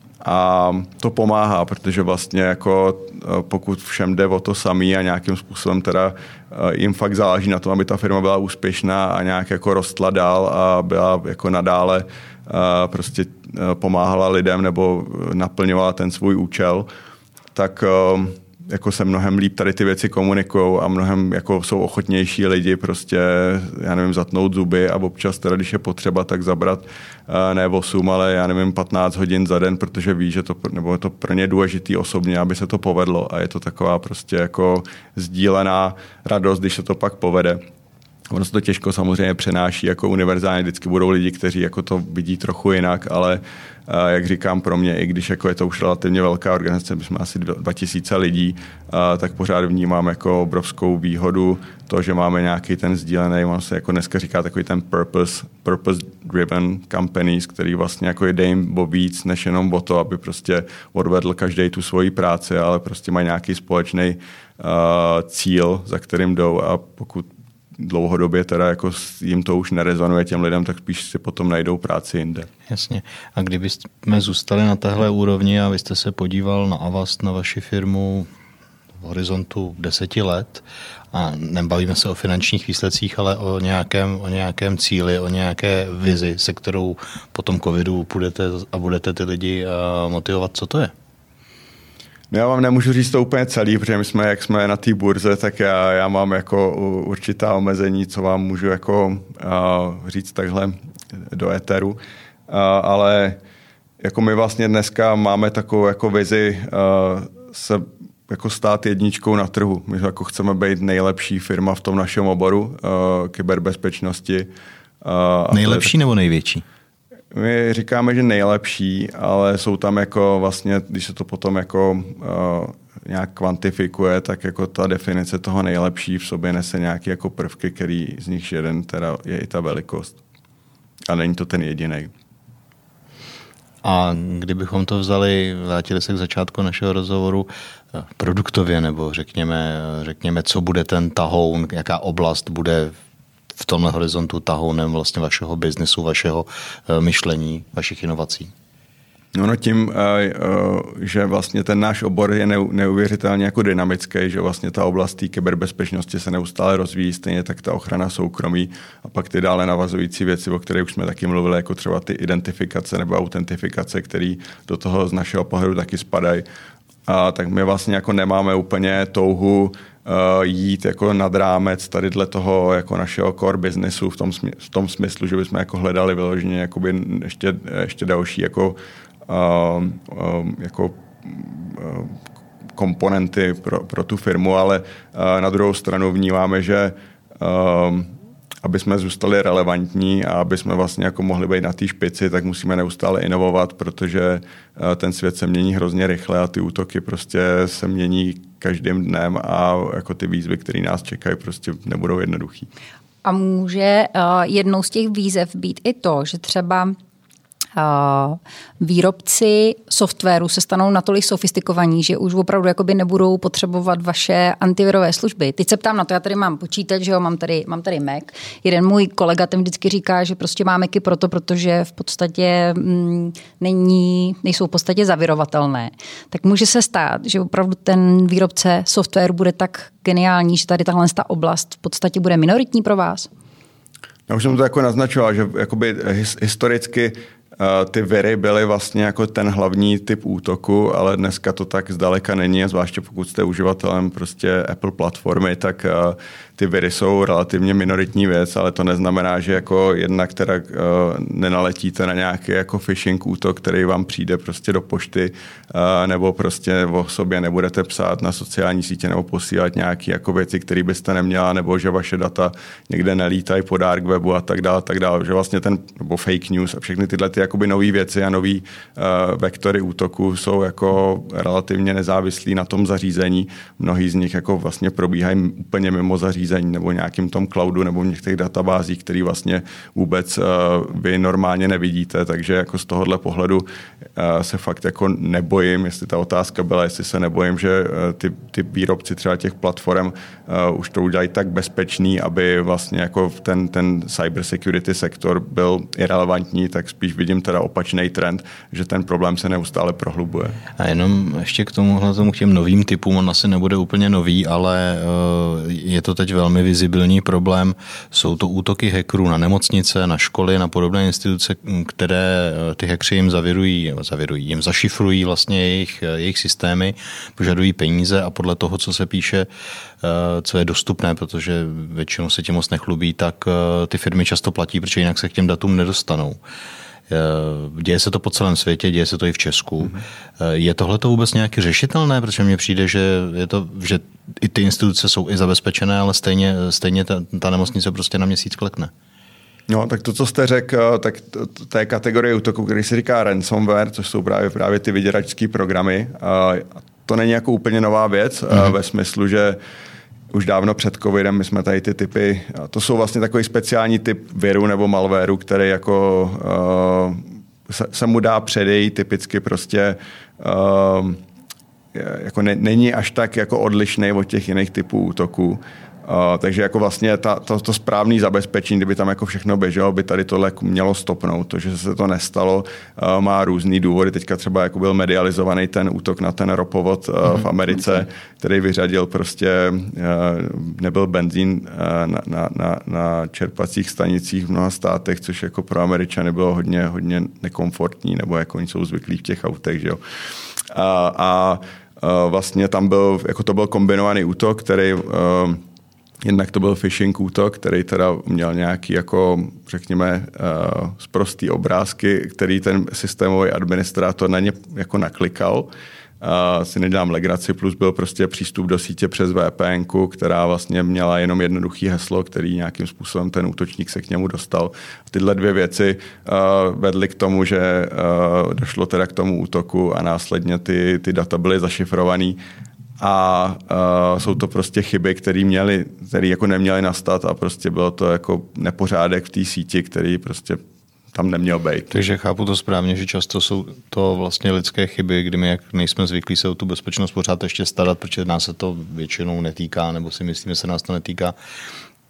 A to pomáhá, protože vlastně jako pokud všem jde o to samý a nějakým způsobem teda jim fakt záleží na tom, aby ta firma byla úspěšná a nějak jako rostla dál a byla jako nadále prostě pomáhala lidem nebo naplňovala ten svůj účel, tak jako se mnohem líp tady ty věci komunikujou a mnohem jako jsou ochotnější lidi prostě, já nevím, zatnout zuby a občas teda, když je potřeba, tak zabrat ne osm, ale já nevím, patnáct hodin za den, protože ví, že to, nebo je to pro ně důležitý osobně, aby se to povedlo a je to taková prostě jako sdílená radost, když se to pak povede. Ono se to těžko samozřejmě přenáší jako univerzálně, vždycky budou lidi, kteří jako to vidí trochu jinak, ale jak říkám, pro mě, i když jako je to už relativně velká organizace, my jsme asi dva tisíce lidí, tak pořád vnímám jako obrovskou výhodu to, že máme nějaký ten sdílený, on se jako dneska říká takový ten purpose, purpose driven companies, který vlastně jako jde jim o víc, než jenom o to, aby prostě odvedl každý tu svoji práci, ale prostě mají nějaký společný uh, cíl, za kterým jdou a pokud dlouhodobě teda jako jim to už nerezonuje těm lidem, tak spíš si potom najdou práci jinde. Jasně. A kdybychom zůstali na téhle úrovni a vy jste se podíval na Avast, na vaši firmu v horizontu deseti let a nebavíme se o finančních výsledcích, ale o nějakém, o nějakém cíli, o nějaké vizi, se kterou po tom covidu půjdete a budete ty lidi motivovat, co to je? Já vám nemůžu říct to úplně celý, protože my jsme, jak jsme na té burze, tak já, já mám jako určitá omezení, co vám můžu jako uh, říct takhle do éteru. Uh, ale jako my vlastně dneska máme takovou jako vizi uh, se jako stát jedničkou na trhu. My jako chceme být nejlepší firma v tom našem oboru uh, kyberbezpečnosti. Uh, nejlepší nebo největší? My říkáme, že nejlepší, ale jsou tam jako vlastně, když se to potom jako uh, nějak kvantifikuje, tak jako ta definice toho nejlepší v sobě nese nějaké jako prvky, který z nich jeden teda je i ta velikost. A není to ten jediný. A kdybychom to vzali, vrátili se k začátku našeho rozhovoru, produktově, nebo řekněme, řekněme, co bude ten tahoun, jaká oblast bude v tomhle horizontu tahounem vlastně vašeho biznesu, vašeho myšlení, vašich inovací? No, no tím, že vlastně ten náš obor je neuvěřitelně jako dynamický, že vlastně ta oblast té kyberbezpečnosti se neustále rozvíjí, stejně tak ta ochrana soukromí a pak ty dále navazující věci, o kterých už jsme taky mluvili, jako třeba ty identifikace nebo autentifikace, které do toho z našeho pohledu taky spadají. A tak my vlastně jako nemáme úplně touhu uh, jít jako nad rámec tady dle toho jako našeho core businessu v tom, smy- v tom smyslu, že bychom jako hledali vyloženě jakoby ještě, ještě další jako, uh, uh, jako uh, komponenty pro, pro tu firmu, ale uh, na druhou stranu vnímáme, že uh, aby jsme zůstali relevantní a aby jsme vlastně jako mohli být na té špici, tak musíme neustále inovovat, protože ten svět se mění hrozně rychle a ty útoky prostě se mění každým dnem a jako ty výzvy, které nás čekají, prostě nebudou jednoduchý. A může jednou z těch výzev být i to, že třeba výrobci softwaru se stanou natolik sofistikovaní, že už opravdu jakoby nebudou potřebovat vaše antivirové služby. Teď se ptám na to, já tady mám počítač, že jo, mám tady, mám tady Mac. Jeden můj kolega ten vždycky říká, že prostě má Macy proto, protože v podstatě mm, není, nejsou v podstatě zavirovatelné. Tak může se stát, že opravdu ten výrobce softwaru bude tak geniální, že tady tahle ta oblast v podstatě bude minoritní pro vás? Já už jsem to jako naznačoval, že jakoby historicky ty viry byly vlastně jako ten hlavní typ útoku, ale dneska to tak zdaleka není, zvláště pokud jste uživatelem prostě Apple platformy, tak ty viry jsou relativně minoritní věc, ale to neznamená, že jako jedna, která nenaletíte na nějaký jako phishing útok, který vám přijde prostě do pošty, nebo prostě o sobě nebudete psát na sociální sítě nebo posílat nějaké jako věci, které byste neměla, nebo že vaše data někde nelítají po dark webu a tak dále, tak dále, že vlastně ten, nebo fake news a všechny tyhle ty jakoby nový věci a nový uh, vektory útoku jsou jako relativně nezávislí na tom zařízení. Mnohý z nich jako vlastně probíhají úplně mimo zařízení nebo nějakým tom cloudu nebo v některých databázích, který vlastně vůbec uh, vy normálně nevidíte, takže jako z tohohle pohledu uh, se fakt jako nebojím, jestli ta otázka byla, jestli se nebojím, že uh, ty, ty výrobci třeba těch platform uh, už to udělají tak bezpečný, aby vlastně jako ten, ten cyber security sektor byl irelevantní, tak spíš vidím teda opačný trend, že ten problém se neustále prohlubuje. A jenom ještě k tomuhle tomu k těm novým typům, on asi nebude úplně nový, ale je to teď velmi vizibilní problém. Jsou to útoky hackerů na nemocnice, na školy, na podobné instituce, které ty hackři jim zavirují, zavirují, jim zašifrují vlastně jejich, jejich systémy, požadují peníze a podle toho, co se píše, co je dostupné, protože většinou se tím moc nechlubí, tak ty firmy často platí, protože jinak se k těm datům nedostanou. Děje se to po celém světě, děje se to i v Česku. Mm-hmm. Je tohle to vůbec nějaký řešitelné? Protože mně přijde, že, je to, že i ty instituce jsou i zabezpečené, ale stejně, stejně ta, ta nemocnice prostě na měsíc klekne. No, tak to, co jste řekl, tak to je kategorie útoku, který se říká ransomware, což jsou právě, právě ty vyděračské programy. A to není jako úplně nová věc, mm-hmm. ve smyslu, že už dávno před covidem my jsme tady ty typy, to jsou vlastně takový speciální typ viru nebo malwareu, který jako uh, se, se mu dá předejít typicky prostě uh, jako ne, není až tak jako odlišný od těch jiných typů útoků. Uh, takže jako vlastně ta, to, to správné zabezpečení, kdyby tam jako všechno běželo, by tady tohle mělo stopnout. To, že se to nestalo, uh, má různý důvody. Teďka třeba jako byl medializovaný ten útok na ten ropovod uh, mm-hmm. v Americe, který vyřadil prostě, uh, nebyl benzín uh, na, na, na, na čerpacích stanicích v mnoha státech, což jako pro Američany bylo hodně, hodně nekomfortní, nebo jako oni jsou zvyklí v těch autech, že jo. Uh, a uh, vlastně tam byl, jako to byl kombinovaný útok, který uh, jednak to byl phishing útok, který teda měl nějaký, jako řekněme, uh, sprostý obrázky, který ten systémový administrátor na ně jako naklikal. Uh, si nedělám legraci, plus byl prostě přístup do sítě přes V P N ku, která vlastně měla jenom jednoduchý heslo, který nějakým způsobem ten útočník se k němu dostal. Tyhle dvě věci uh, vedly k tomu, že uh, došlo teda k tomu útoku a následně ty, ty data byly zašifrovaný. A uh, jsou to prostě chyby, které měly, které jako neměly nastat a prostě bylo to jako nepořádek v té síti, který prostě tam neměl být. Takže chápu to správně, že často jsou to vlastně lidské chyby, kdy my jak nejsme zvyklí se o tu bezpečnost pořád ještě starat, protože nás se to většinou netýká, nebo si myslíme, že se nás to netýká,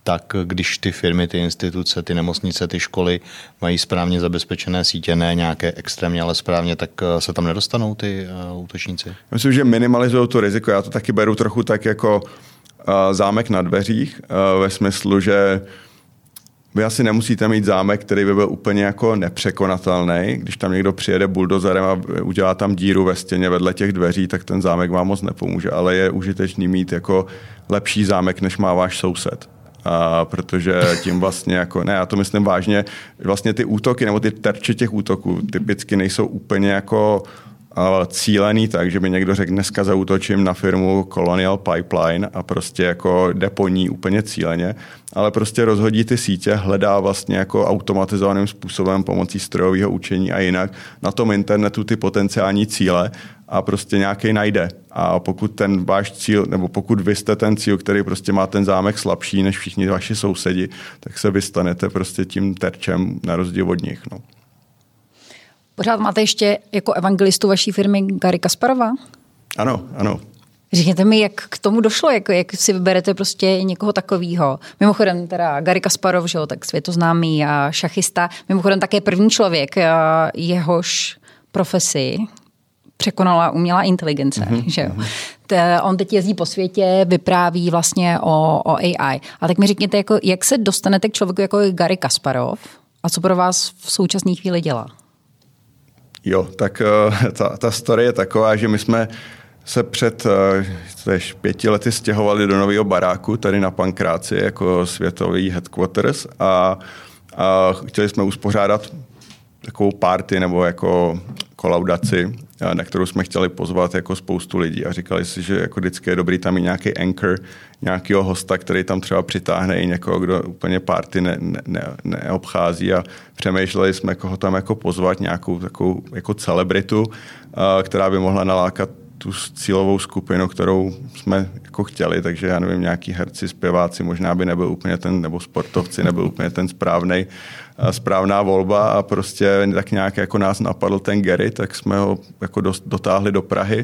tak když ty firmy, ty instituce, ty nemocnice, ty školy mají správně zabezpečené sítě, ne nějaké extrémně, ale správně, tak se tam nedostanou ty uh, útočníci? Myslím, že minimalizují to riziko. Já to taky beru trochu tak jako uh, zámek na dveřích, uh, ve smyslu, že vy asi nemusíte mít zámek, který by byl úplně jako nepřekonatelný. Když tam někdo přijede buldozerem a udělá tam díru ve stěně vedle těch dveří, tak ten zámek vám moc nepomůže, ale je užitečný mít jako lepší zámek, než má váš soused. A protože tím vlastně jako, ne, já to myslím vážně, vlastně ty útoky nebo ty terče těch útoků typicky nejsou úplně jako cílený tak, že by někdo řekl, dneska zaútočím na firmu Colonial Pipeline a prostě jako jde po ní úplně cíleně, ale prostě rozhodí ty sítě, hledá vlastně jako automatizovaným způsobem pomocí strojového učení a jinak na tom internetu ty potenciální cíle a prostě nějaký najde. A pokud ten váš cíl, nebo pokud vy jste ten cíl, který prostě má ten zámek slabší než všichni vaši sousedi, tak se vy stanete prostě tím terčem na rozdíl od nich. No. Pořád máte ještě jako evangelistu vaší firmy Garry Kasparova? Ano, ano. Řekněte mi, jak k tomu došlo, jak, jak si vyberete prostě někoho takového. Mimochodem teda Garry Kasparov, že jo, tak světoznámý a šachista, mimochodem také první člověk, jehož profesi překonala umělá inteligence, mm-hmm. že jo. Te, on teď jezdí po světě, vypráví vlastně o, o A I. A tak mi řekněte, jako, jak se dostanete k člověku jako Garry Kasparov a co pro vás v současné chvíli dělá? Jo, tak ta, ta story je taková, že my jsme se před tež pěti lety stěhovali do nového baráku tady na Pankráci jako světový headquarters a, a chtěli jsme uspořádat takovou party nebo jako kolaudaci, na kterou jsme chtěli pozvat jako spoustu lidí a říkali si, že jako vždycky je dobrý tam mít nějaký anchor, nějakého hosta, který tam třeba přitáhne i někoho, kdo úplně party ne, ne, ne, neobchází a přemýšleli jsme, koho tam jako pozvat, nějakou takovou jako celebritu, která by mohla nalákat tu cílovou skupinu, kterou jsme jako chtěli, takže já nevím, nějaký herci, zpěváci, možná by nebyl úplně ten, nebo sportovci, nebyl úplně ten správnej, správná volba a prostě tak nějak jako nás napadl ten Garry, tak jsme ho jako dotáhli do Prahy.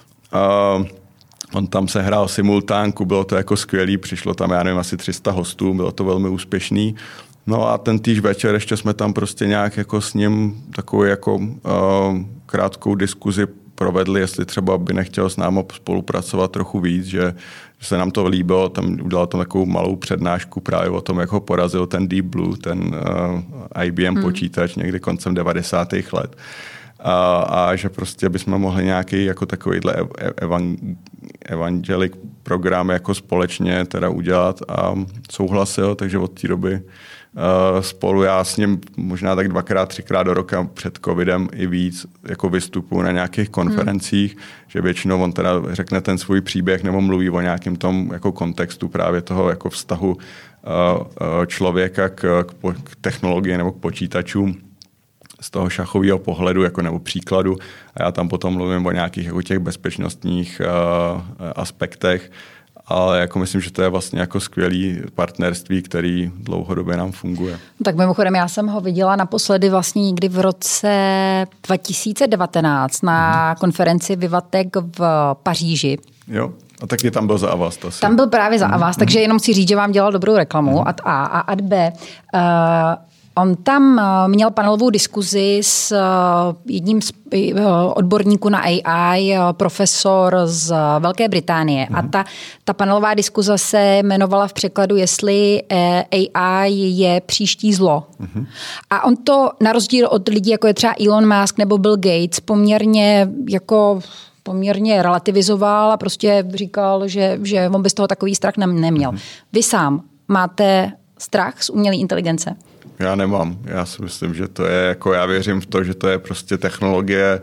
Uh, on tam se hrál simultánku, bylo to jako skvělý, přišlo tam, já nevím, asi tři sta hostů, bylo to velmi úspěšný. No a ten týž večer ještě jsme tam prostě nějak jako s ním takovou jako uh, krátkou diskuzi provedli, jestli třeba by nechtěl s námi spolupracovat trochu víc, že, že se nám to líbilo, tam udělal tam takovou malou přednášku právě o tom, jak ho porazil ten Deep Blue, ten uh, I B M hmm. počítač někdy koncem devadesátých let. A, a že prostě bychom mohli nějaký jako takovýhle evan, evangelik program jako společně teda udělat a souhlasil, takže od té doby Uh, spolu já s ním možná tak dvakrát, třikrát do roka před covidem i víc jako vystupuji na nějakých konferencích, hmm. že většinou on teda řekne ten svůj příběh nebo mluví o nějakém tom jako kontextu právě toho jako vztahu uh, uh, člověka k, k, k technologii nebo k počítačům z toho šachového pohledu jako nebo příkladu a já tam potom mluvím o nějakých jako těch bezpečnostních uh, aspektech. Ale jako myslím, že to je vlastně jako skvělý partnerství, který dlouhodobě nám funguje. Tak mimochodem, já jsem ho viděla naposledy vlastně někdy v roce dva tisíce devatenáct na hmm. konferenci Vivatek v Paříži. Jo, a taky tam byl za Avast asi. Tam byl právě za Avast, hmm. takže jenom si říct, že vám dělal dobrou reklamu, hmm. ad A a ad B. Uh, On tam měl panelovou diskuzi s jedním z odborníků na A I, profesor z Velké Británie. Mm. A ta, ta panelová diskuze se jmenovala v překladu, jestli A I je příští zlo. Mm. A on to na rozdíl od lidí, jako je třeba Elon Musk nebo Bill Gates, poměrně jako... poměrně relativizoval a prostě říkal, že, že on by z toho takový strach neměl. Mm. Vy sám máte strach z umělé inteligence? Já nemám. Já si myslím, že to je, jako já věřím v to, že to je prostě technologie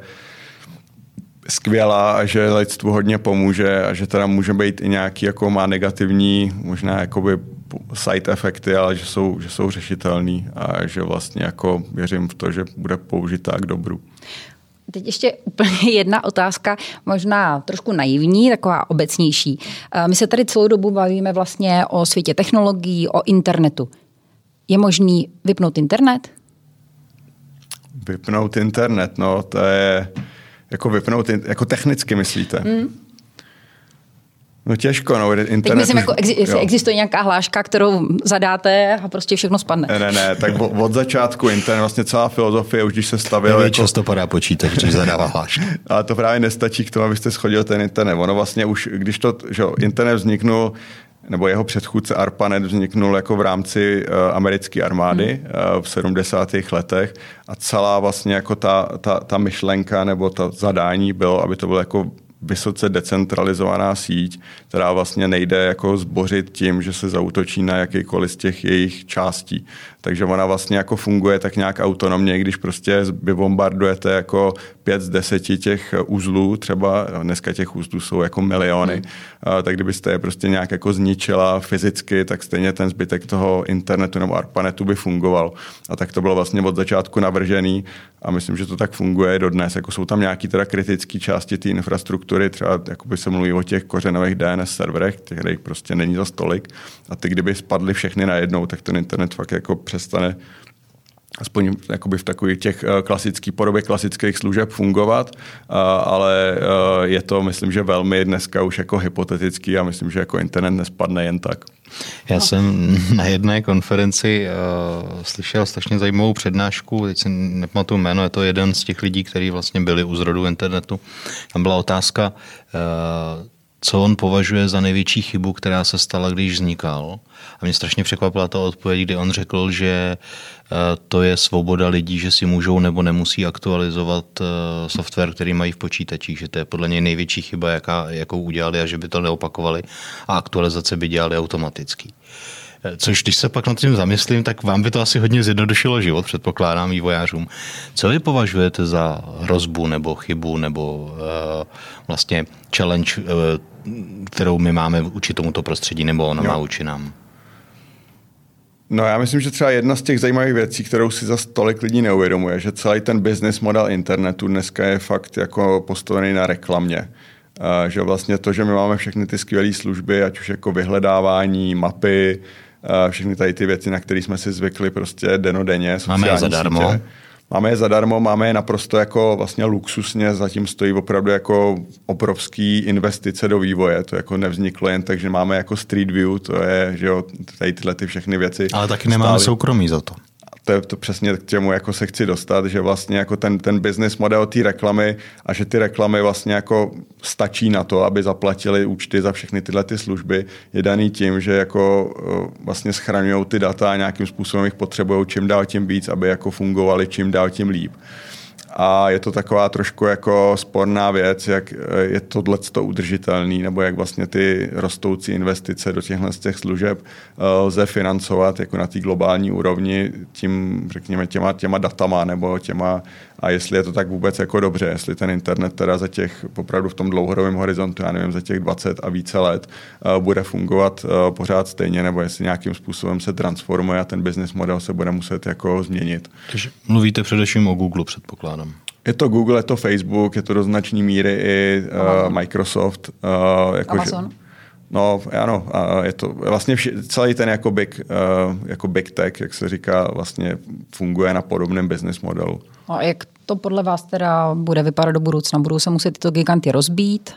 skvělá a že lidstvu hodně pomůže a že teda může být i nějaký, jako má negativní, možná jakoby side efekty, ale že jsou, že jsou řešitelný a že vlastně jako věřím v to, že bude použitá k dobru. Teď ještě úplně jedna otázka, možná trošku naivní, taková obecnější. My se tady celou dobu bavíme vlastně o světě technologií, o internetu. Je možný vypnout internet? Vypnout internet, no to je jako vypnout, jako technicky myslíte. Mm. No těžko, no. Internet Teď myslím, už, jako exi- jestli existuje nějaká hláška, kterou zadáte a prostě všechno spadne. Ne, ne, ne, tak od začátku internet, vlastně celá filozofie, už když se stavil... Jako... často padá počítač, když zadává hlášku. Ale to právě nestačí k tomu, abyste schodil ten internet. Ono vlastně už, když to, že internet vzniknul, nebo jeho předchůdce ARPANET vzniknul jako v rámci uh, americké armády hmm. uh, v sedmdesátých letech a celá vlastně jako ta, ta, ta myšlenka nebo ta zadání bylo, aby to bylo jako vysoce decentralizovaná síť, která vlastně nejde jako zbořit tím, že se zaútočí na jakýkoliv z těch jejich částí. Takže ona vlastně jako funguje tak nějak autonomně, když prostě vybombardujete jako pět z deseti těch uzlů, třeba dneska těch uzlů jsou jako miliony, hmm. tak kdybyste je prostě nějak jako zničila fyzicky, tak stejně ten zbytek toho internetu nebo ARPANETu by fungoval. A tak to bylo vlastně od začátku navržený a myslím, že to tak funguje dodnes. Jako jsou tam nějaký teda kritické části té infrastruktury, třeba jakoby se mluví o těch kořenových D N S serverech, kterých prostě není za stolik. A ty, kdyby spadly všechny najednou, tak ten internet fakt jako přestane aspoň jakoby v takových těch klasických podobě klasických služeb fungovat, ale je to, myslím, že velmi dneska už jako hypotetický a myslím, že jako internet nespadne jen tak. Já jsem na jedné konferenci uh, slyšel strašně zajímavou přednášku, teď si nepamatuju jméno, je to jeden z těch lidí, kteří vlastně byli u zrodu internetu. Tam byla otázka, uh, co on považuje za největší chybu, která se stala, když vznikal. A mě strašně překvapila ta odpověď, kdy on řekl, že to je svoboda lidí, že si můžou nebo nemusí aktualizovat software, který mají v počítačích, že to je podle něj největší chyba, jaká, jakou udělali a že by to neopakovali a aktualizace by dělali automaticky. Což když se pak nad tím zamyslím, tak vám by to asi hodně zjednodušilo život, předpokládám vývojářům. Co vy považujete za hrozbu nebo chybu nebo uh, vlastně challenge, uh, kterou my máme vůči tomuto prostředí nebo ono má vůči nám? No já myslím, že třeba jedna z těch zajímavých věcí, kterou si za tolik lidí neuvědomuje, že celý ten business model internetu dneska je fakt jako postavený na reklamě. Uh, že vlastně to, že my máme všechny ty skvělé služby, ať už jako vyhledávání, mapy, uh, všechny tady ty věci, na které jsme si zvykli prostě denodenně. Máme je zadarmo. Sítě. Máme je zadarmo, máme je naprosto jako vlastně luxusně, zatím stojí opravdu jako obrovský investice do vývoje. To jako nevzniklo jen tak, že máme jako Street View, to je, že jo, tady tyhle ty všechny věci. Ale taky nemáme soukromí za to. To je to přesně k čemu jako se chci dostat, že vlastně jako ten, ten business model té reklamy a že ty reklamy vlastně jako stačí na to, aby zaplatili účty za všechny tyhle ty služby, je daný tím, že jako vlastně schraňují ty data a nějakým způsobem jich potřebují čím dál tím víc, aby jako fungovaly čím dál tím líp. A je to taková trošku jako sporná věc, jak je tohleto udržitelný, nebo jak vlastně ty rostoucí investice do těchto z těch služeb lze financovat jako na té globální úrovni tím, řekněme, těma, těma datama, nebo těma, a jestli je to tak vůbec jako dobře, jestli ten internet teda za těch, opravdu v tom dlouhodobém horizontu, já nevím, za těch dvacet a více let bude fungovat pořád stejně, nebo jestli nějakým způsobem se transformuje a ten business model se bude muset jako změnit. Takže mluvíte především o Google, předpokládám. Je to Google, je to Facebook, je to do značné míry i uh, Microsoft. Uh, jako Amazon. Že, no, ano, uh, je to vlastně vši, celý ten jako big, uh, jako big tech, jak se říká, vlastně funguje na podobném business modelu. A jak to podle vás teda bude vypadat do budoucna? Budou se muset tyto giganty rozbít?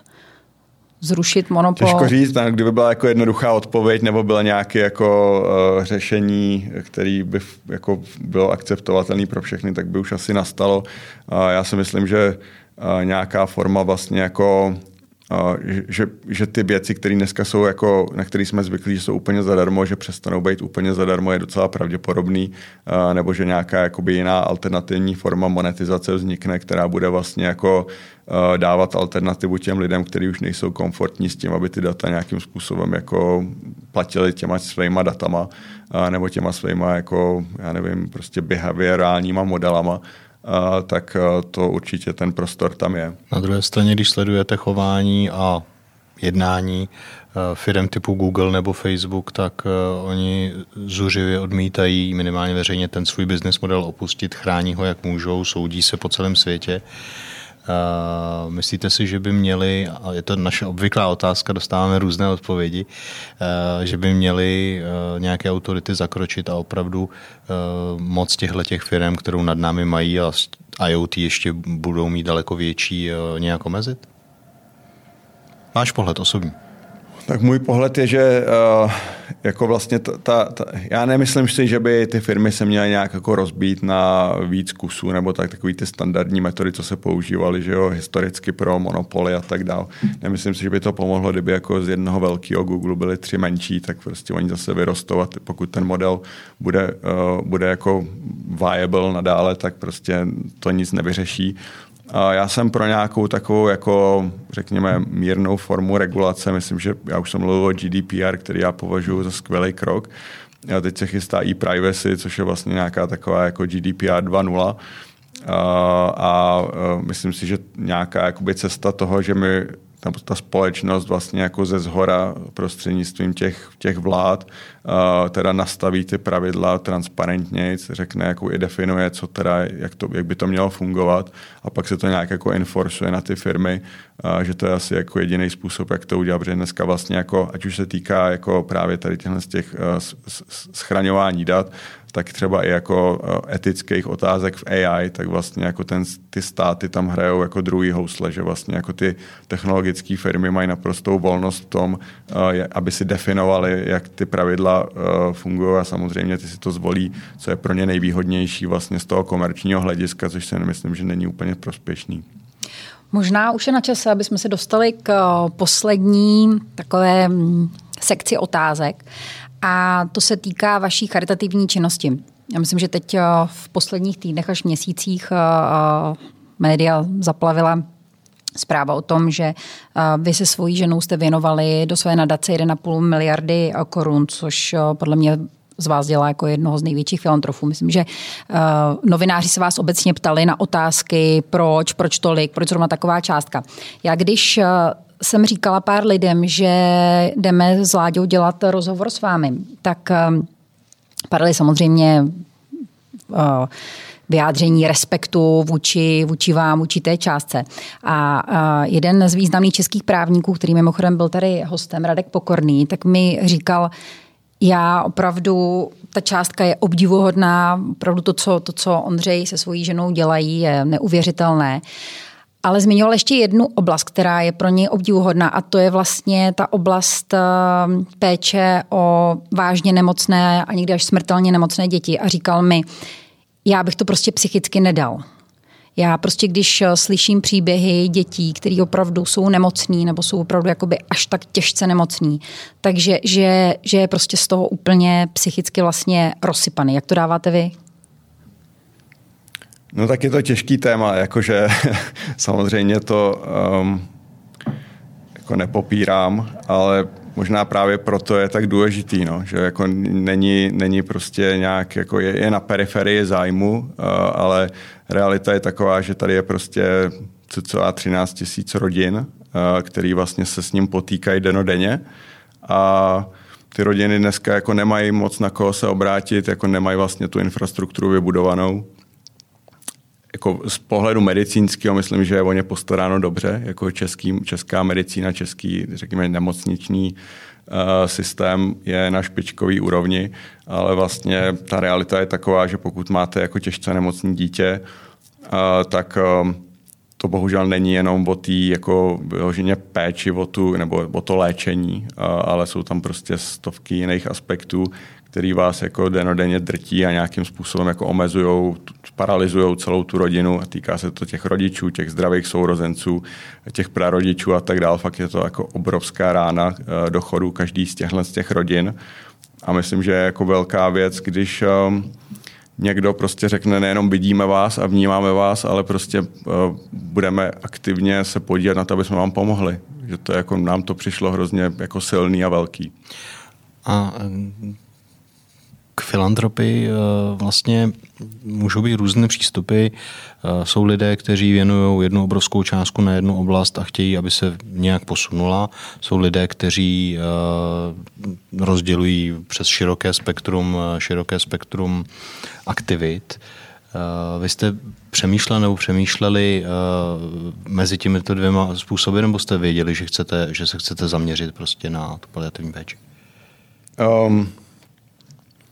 Zrušit monopol? Těžko říct, kdyby byla jako jednoduchá odpověď nebo bylo nějaké jako uh, řešení, který by jako bylo akceptovatelné pro všechny, tak by už asi nastalo. Uh, já si myslím, že uh, nějaká forma vlastně jako Uh, že, že ty věci, které dneska jsou jako, na které jsme zvyklí, že jsou úplně zadarmo, že přestanou být úplně zadarmo, je docela pravděpodobný, uh, nebo že nějaká jakoby jiná alternativní forma monetizace vznikne, která bude vlastně jako uh, dávat alternativu těm lidem, kteří už nejsou komfortní s tím, aby ty data nějakým způsobem jako platili těma svýma datama, uh, nebo těma svýma jako, já nevím, prostě behaviorálníma modelama. Uh, tak uh, to určitě ten prostor tam je. Na druhé straně, když sledujete chování a jednání uh, firem typu Google nebo Facebook, tak uh, oni zuřivě odmítají minimálně veřejně ten svůj business model opustit, chrání ho jak můžou, soudí se po celém světě. Uh, myslíte si, že by měli, a je to naše obvyklá otázka, dostáváme různé odpovědi, uh, že by měli uh, nějaké autority zakročit a opravdu uh, moc těchto firm, kterou nad námi mají a I O T ještě budou mít daleko větší, uh, nějak omezit? Váš pohled osobní? Tak můj pohled je, že uh, jako vlastně ta, ta, ta, já nemyslím si, že by ty firmy se měly nějak jako rozbít na víc kusů nebo tak takový ty standardní metody, co se používaly, že jo, historicky pro monopoly a tak dál. Nemyslím si, že by to pomohlo, kdyby jako z jednoho velkého Google byly tři menší, tak prostě oni zase vyrostou a pokud ten model bude, uh, bude jako viable nadále, tak prostě to nic nevyřeší. Já jsem pro nějakou takovou, jako, řekněme, mírnou formu regulace. Myslím, že já už jsem mluvil o G D P R, který já považuji za skvělý krok. A teď se chystá e-privacy, což je vlastně nějaká taková jako G D P R dva tečka nula. A, a myslím si, že nějaká jakoby cesta toho, že my ta, ta společnost vlastně jako ze zhora prostřednictvím těch, těch vlád uh, teda nastaví ty pravidla transparentně, řekne, jako i definuje, co teda, jak, to, jak by to mělo fungovat a pak se to nějak jako enforcuje na ty firmy, uh, že to je asi jako jediný způsob, jak to udělat, protože dneska vlastně jako, ať už se týká jako právě tady těchto z těch uh, schraňování dat, tak třeba i jako etických otázek v A I, tak vlastně jako ten, ty státy tam hrajou jako druhý housle, že vlastně jako ty technologické firmy mají naprostou volnost v tom, aby si definovali, jak ty pravidla fungují a samozřejmě ty si to zvolí, co je pro ně nejvýhodnější vlastně z toho komerčního hlediska, což si nemyslím, že není úplně prospěšný. Možná už je na čase, aby jsme se dostali k poslední takové sekci otázek. A to se týká vaší charitativní činnosti. Já myslím, že teď v posledních týdnech až měsících média zaplavila zpráva o tom, že vy se svojí ženou jste věnovali do své nadace jedna celá pět miliardy korun, což podle mě z vás dělá jako jednoho z největších filantropů. Myslím, že uh, novináři se vás obecně ptali na otázky, proč, proč tolik, proč zrovna taková částka. Já když uh, jsem říkala pár lidem, že jdeme s Láďou dělat rozhovor s vámi, tak um, padaly samozřejmě uh, vyjádření respektu vůči, vůči vám, vůči té částce. A uh, jeden z významných českých právníků, který mimochodem byl tady hostem, Radek Pokorný, tak mi říkal, já opravdu, ta částka je obdivuhodná, opravdu to, co, to, co Ondřej se svojí ženou dělají, je neuvěřitelné. Ale zmiňoval ještě jednu oblast, která je pro něj obdivuhodná a to je vlastně ta oblast péče o vážně nemocné a někdy až smrtelně nemocné děti. A říkal mi, já bych to prostě psychicky nedal. Já prostě, když slyším příběhy dětí, které opravdu jsou nemocní nebo jsou opravdu jakoby až tak těžce nemocní, takže že, že je prostě z toho úplně psychicky vlastně rozsypaný. Jak to dáváte vy? No tak je to těžký téma, jakože samozřejmě to um, jako nepopírám, ale možná právě proto je tak důležitý, no, že jako není, není prostě nějak, jako je, je na periferii zájmu, uh, ale realita je taková, že tady je prostě cca třináct tisíc rodin, uh, který vlastně se s ním potýkají dennodenně a ty rodiny dneska jako nemají moc na koho se obrátit, jako nemají vlastně tu infrastrukturu vybudovanou. Jako z pohledu medicínského myslím, že je o ně postaráno dobře, jako český, česká medicína, český, řekněme, nemocniční uh, systém je na špičkový úrovni, ale vlastně ta realita je taková, že pokud máte jako těžce nemocné dítě, uh, tak uh, to bohužel není jenom o té jako vyloženě péči o tu, nebo o to léčení, uh, ale jsou tam prostě stovky jiných aspektů, který vás jako dennodenně drtí a nějakým způsobem jako omezujou, paralyzujou celou tu rodinu a týká se to těch rodičů, těch zdravých sourozenců, těch prarodičů a tak dále. Fakt je to jako obrovská rána do chodu každý z těchto z těch rodin a myslím, že je jako velká věc, když um, někdo prostě řekne, nejenom vidíme vás a vnímáme vás, ale prostě uh, budeme aktivně se podívat na to, aby jsme vám pomohli. Že to jako, nám to přišlo hrozně jako silný a velký. A k filantropii vlastně můžou být různé přístupy. Jsou lidé, kteří věnují jednu obrovskou částku na jednu oblast a chtějí, aby se nějak posunula. Jsou lidé, kteří rozdělují přes široké spektrum, široké spektrum aktivit. Vy jste přemýšleli nebo přemýšleli mezi těmito dvěma způsoby, nebo jste věděli, že, chcete, že se chcete zaměřit prostě na tu paliativní péči? Um.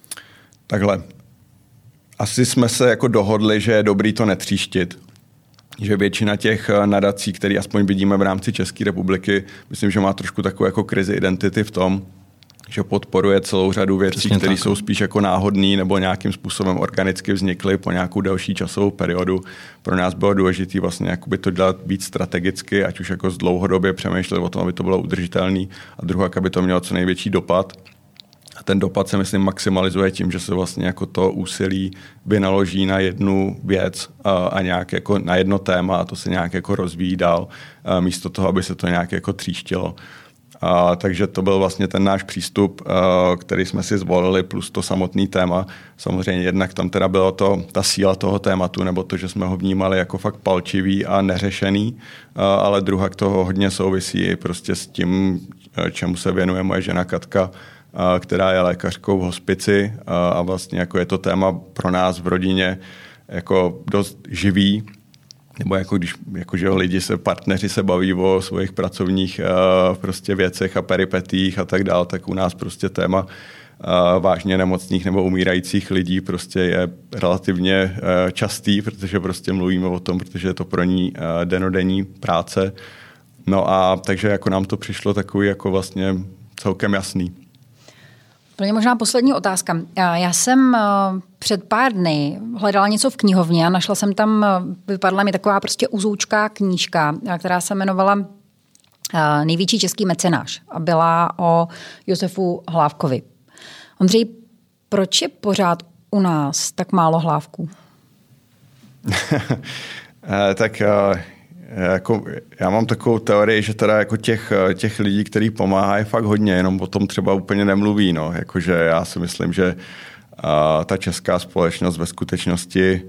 Takhle. Asi jsme se jako dohodli, že je dobrý to netříštit. že většina těch nadací, které aspoň vidíme v rámci České republiky, myslím, že má trošku takovou jako krizi identity v tom, že podporuje celou řadu věcí, které jsou spíš jako náhodný nebo nějakým způsobem organicky vznikly po nějakou delší časovou periodu. Pro nás bylo důležité vlastně jakoby to dělat víc strategicky, ať už jako z dlouhodobě přemýšlet o tom, aby to bylo udržitelné, a druhá, aby to mělo co největší dopad. A ten dopad se, myslím, maximalizuje tím, že se vlastně jako to úsilí vynaloží na jednu věc a, a nějak jako na jedno téma, a to se nějak jako rozvíjí dál, místo toho, aby se to nějak jako tříštilo. A, takže to byl vlastně ten náš přístup, a, který jsme si zvolili, plus to samotný téma. Samozřejmě jednak tam teda bylo to, ta síla toho tématu, nebo to, že jsme ho vnímali jako fakt palčivý a neřešený, a, ale druhá k toho hodně souvisí prostě s tím, čemu se věnuje moje žena Katka, a, která je lékařkou v hospici, a, a vlastně jako je to téma pro nás v rodině jako dost živý. Nebo jako když jako, že lidi se, partneři se baví o svých pracovních uh, prostě věcech a peripetích a tak dál, tak u nás prostě téma uh, vážně nemocných nebo umírajících lidí prostě je relativně uh, častý, protože prostě mluvíme o tom, protože je to pro ní uh, denodenní práce. No a takže jako nám to přišlo takový jako vlastně celkem jasný. Plně možná poslední otázka. Já jsem před pár dny hledala něco v knihovně a našla jsem tam, vypadla mi taková prostě uzoučká knížka, která se jmenovala Největší český mecenáš a byla o Josefu Hlávkovi. Ondřej, proč je pořád u nás tak málo Hlávků? tak jako, já mám takovou teorii, že teda jako těch, těch lidí, který pomáhají, fakt hodně, jenom o tom třeba úplně nemluví. No. Jakože já si myslím, že a, ta česká společnost ve skutečnosti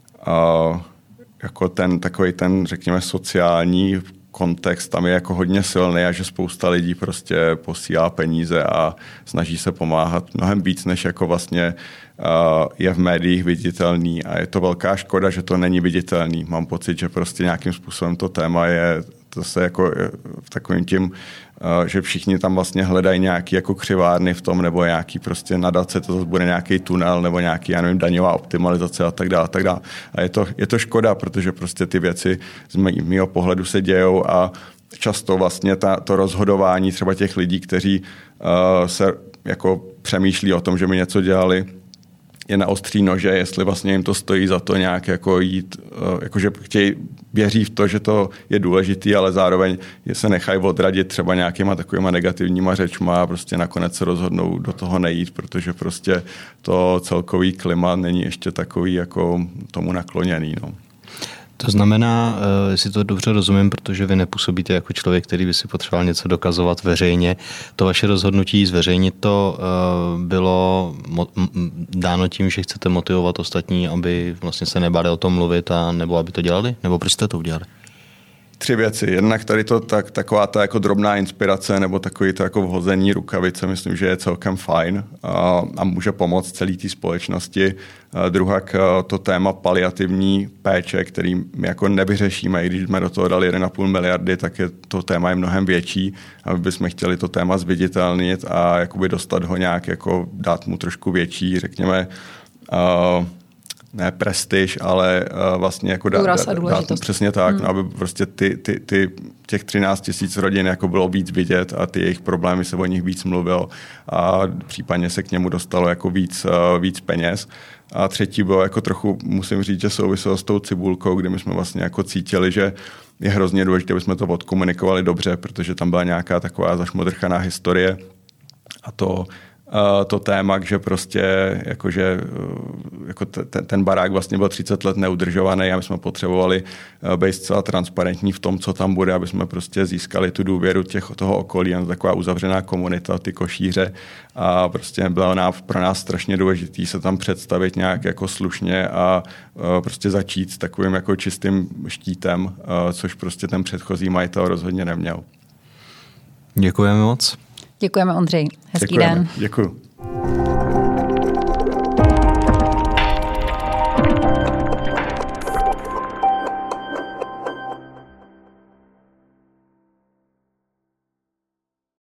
a, jako ten takový ten, řekněme, sociální kontext tam je jako hodně silný a že spousta lidí prostě posílá peníze a snaží se pomáhat mnohem víc, než jako vlastně uh, je v médiích viditelný, a je to velká škoda, že to není viditelný. Mám pocit, že prostě nějakým způsobem to téma je to se jako v takovým tím, uh, že všichni tam vlastně hledají nějaký jako křivárny v tom, nebo nějaký prostě nadace, to zase bude nějaký tunel, nebo nějaký, já nevím, daňová optimalizace a tak dále, a tak dále. A je to, je to škoda, protože prostě ty věci z mého pohledu se dějou a často vlastně ta, to rozhodování třeba těch lidí, kteří uh, se jako přemýšlí o tom, že by něco dělali, je na ostrý nože, jestli vlastně jim to stojí za to nějak jako jít, jakože chtějí, věří v to, že to je důležitý, ale zároveň se nechají odradit třeba nějakýma takovýma negativníma řečma a prostě nakonec se rozhodnou do toho nejít, protože prostě to celkový klima není ještě takový jako tomu nakloněný. No. To znamená, jestli to dobře rozumím, protože vy nepůsobíte jako člověk, který by si potřeboval něco dokazovat veřejně. To vaše rozhodnutí zveřejnit to bylo dáno tím, že chcete motivovat ostatní, aby vlastně se nebáli o tom mluvit, a nebo aby to dělali? Nebo proč jste to udělali? Tři věci. Jednak tady to tak, taková ta jako drobná inspirace nebo takový to jako vhození rukavice, myslím, že je celkem fajn a, a může pomoct celé té společnosti. A druhá to téma paliativní péče, který my jako nevyřešíme, i když jsme do toho dali jedna celá pět miliardy, tak je to téma je mnohem větší, aby bychom chtěli to téma zviditelnit a jakoby dostat ho nějak, jako dát mu trošku větší, řekněme, uh, ne prestiž, ale uh, vlastně jako dát, dát, dát přesně tak, hmm. no, aby prostě ty, ty, ty těch třináct tisíc rodin jako bylo víc vidět a ty jejich problémy se o nich víc mluvilo a případně se k němu dostalo jako víc, uh, víc peněz. A třetí bylo jako trochu, musím říct, že souviselo s tou cibulkou, kde my jsme vlastně jako cítili, že je hrozně důležité, aby jsme to odkomunikovali dobře, protože tam byla nějaká taková zašmodrchaná historie a to to téma, že prostě jakože, jako ten, ten barák vlastně byl třicet let neudržovaný a my jsme potřebovali být zcela transparentní v tom, co tam bude, aby jsme prostě získali tu důvěru těch, toho okolí. Je taková uzavřená komunita, ty košíře, a prostě bylo nás, pro nás strašně důležitý se tam představit nějak jako slušně a prostě začít s takovým jako čistým štítem, což prostě ten předchozí majitel rozhodně neměl. Děkujeme moc. Děkujeme, Ondřej. Hezký Děkujeme. den. Děkuju.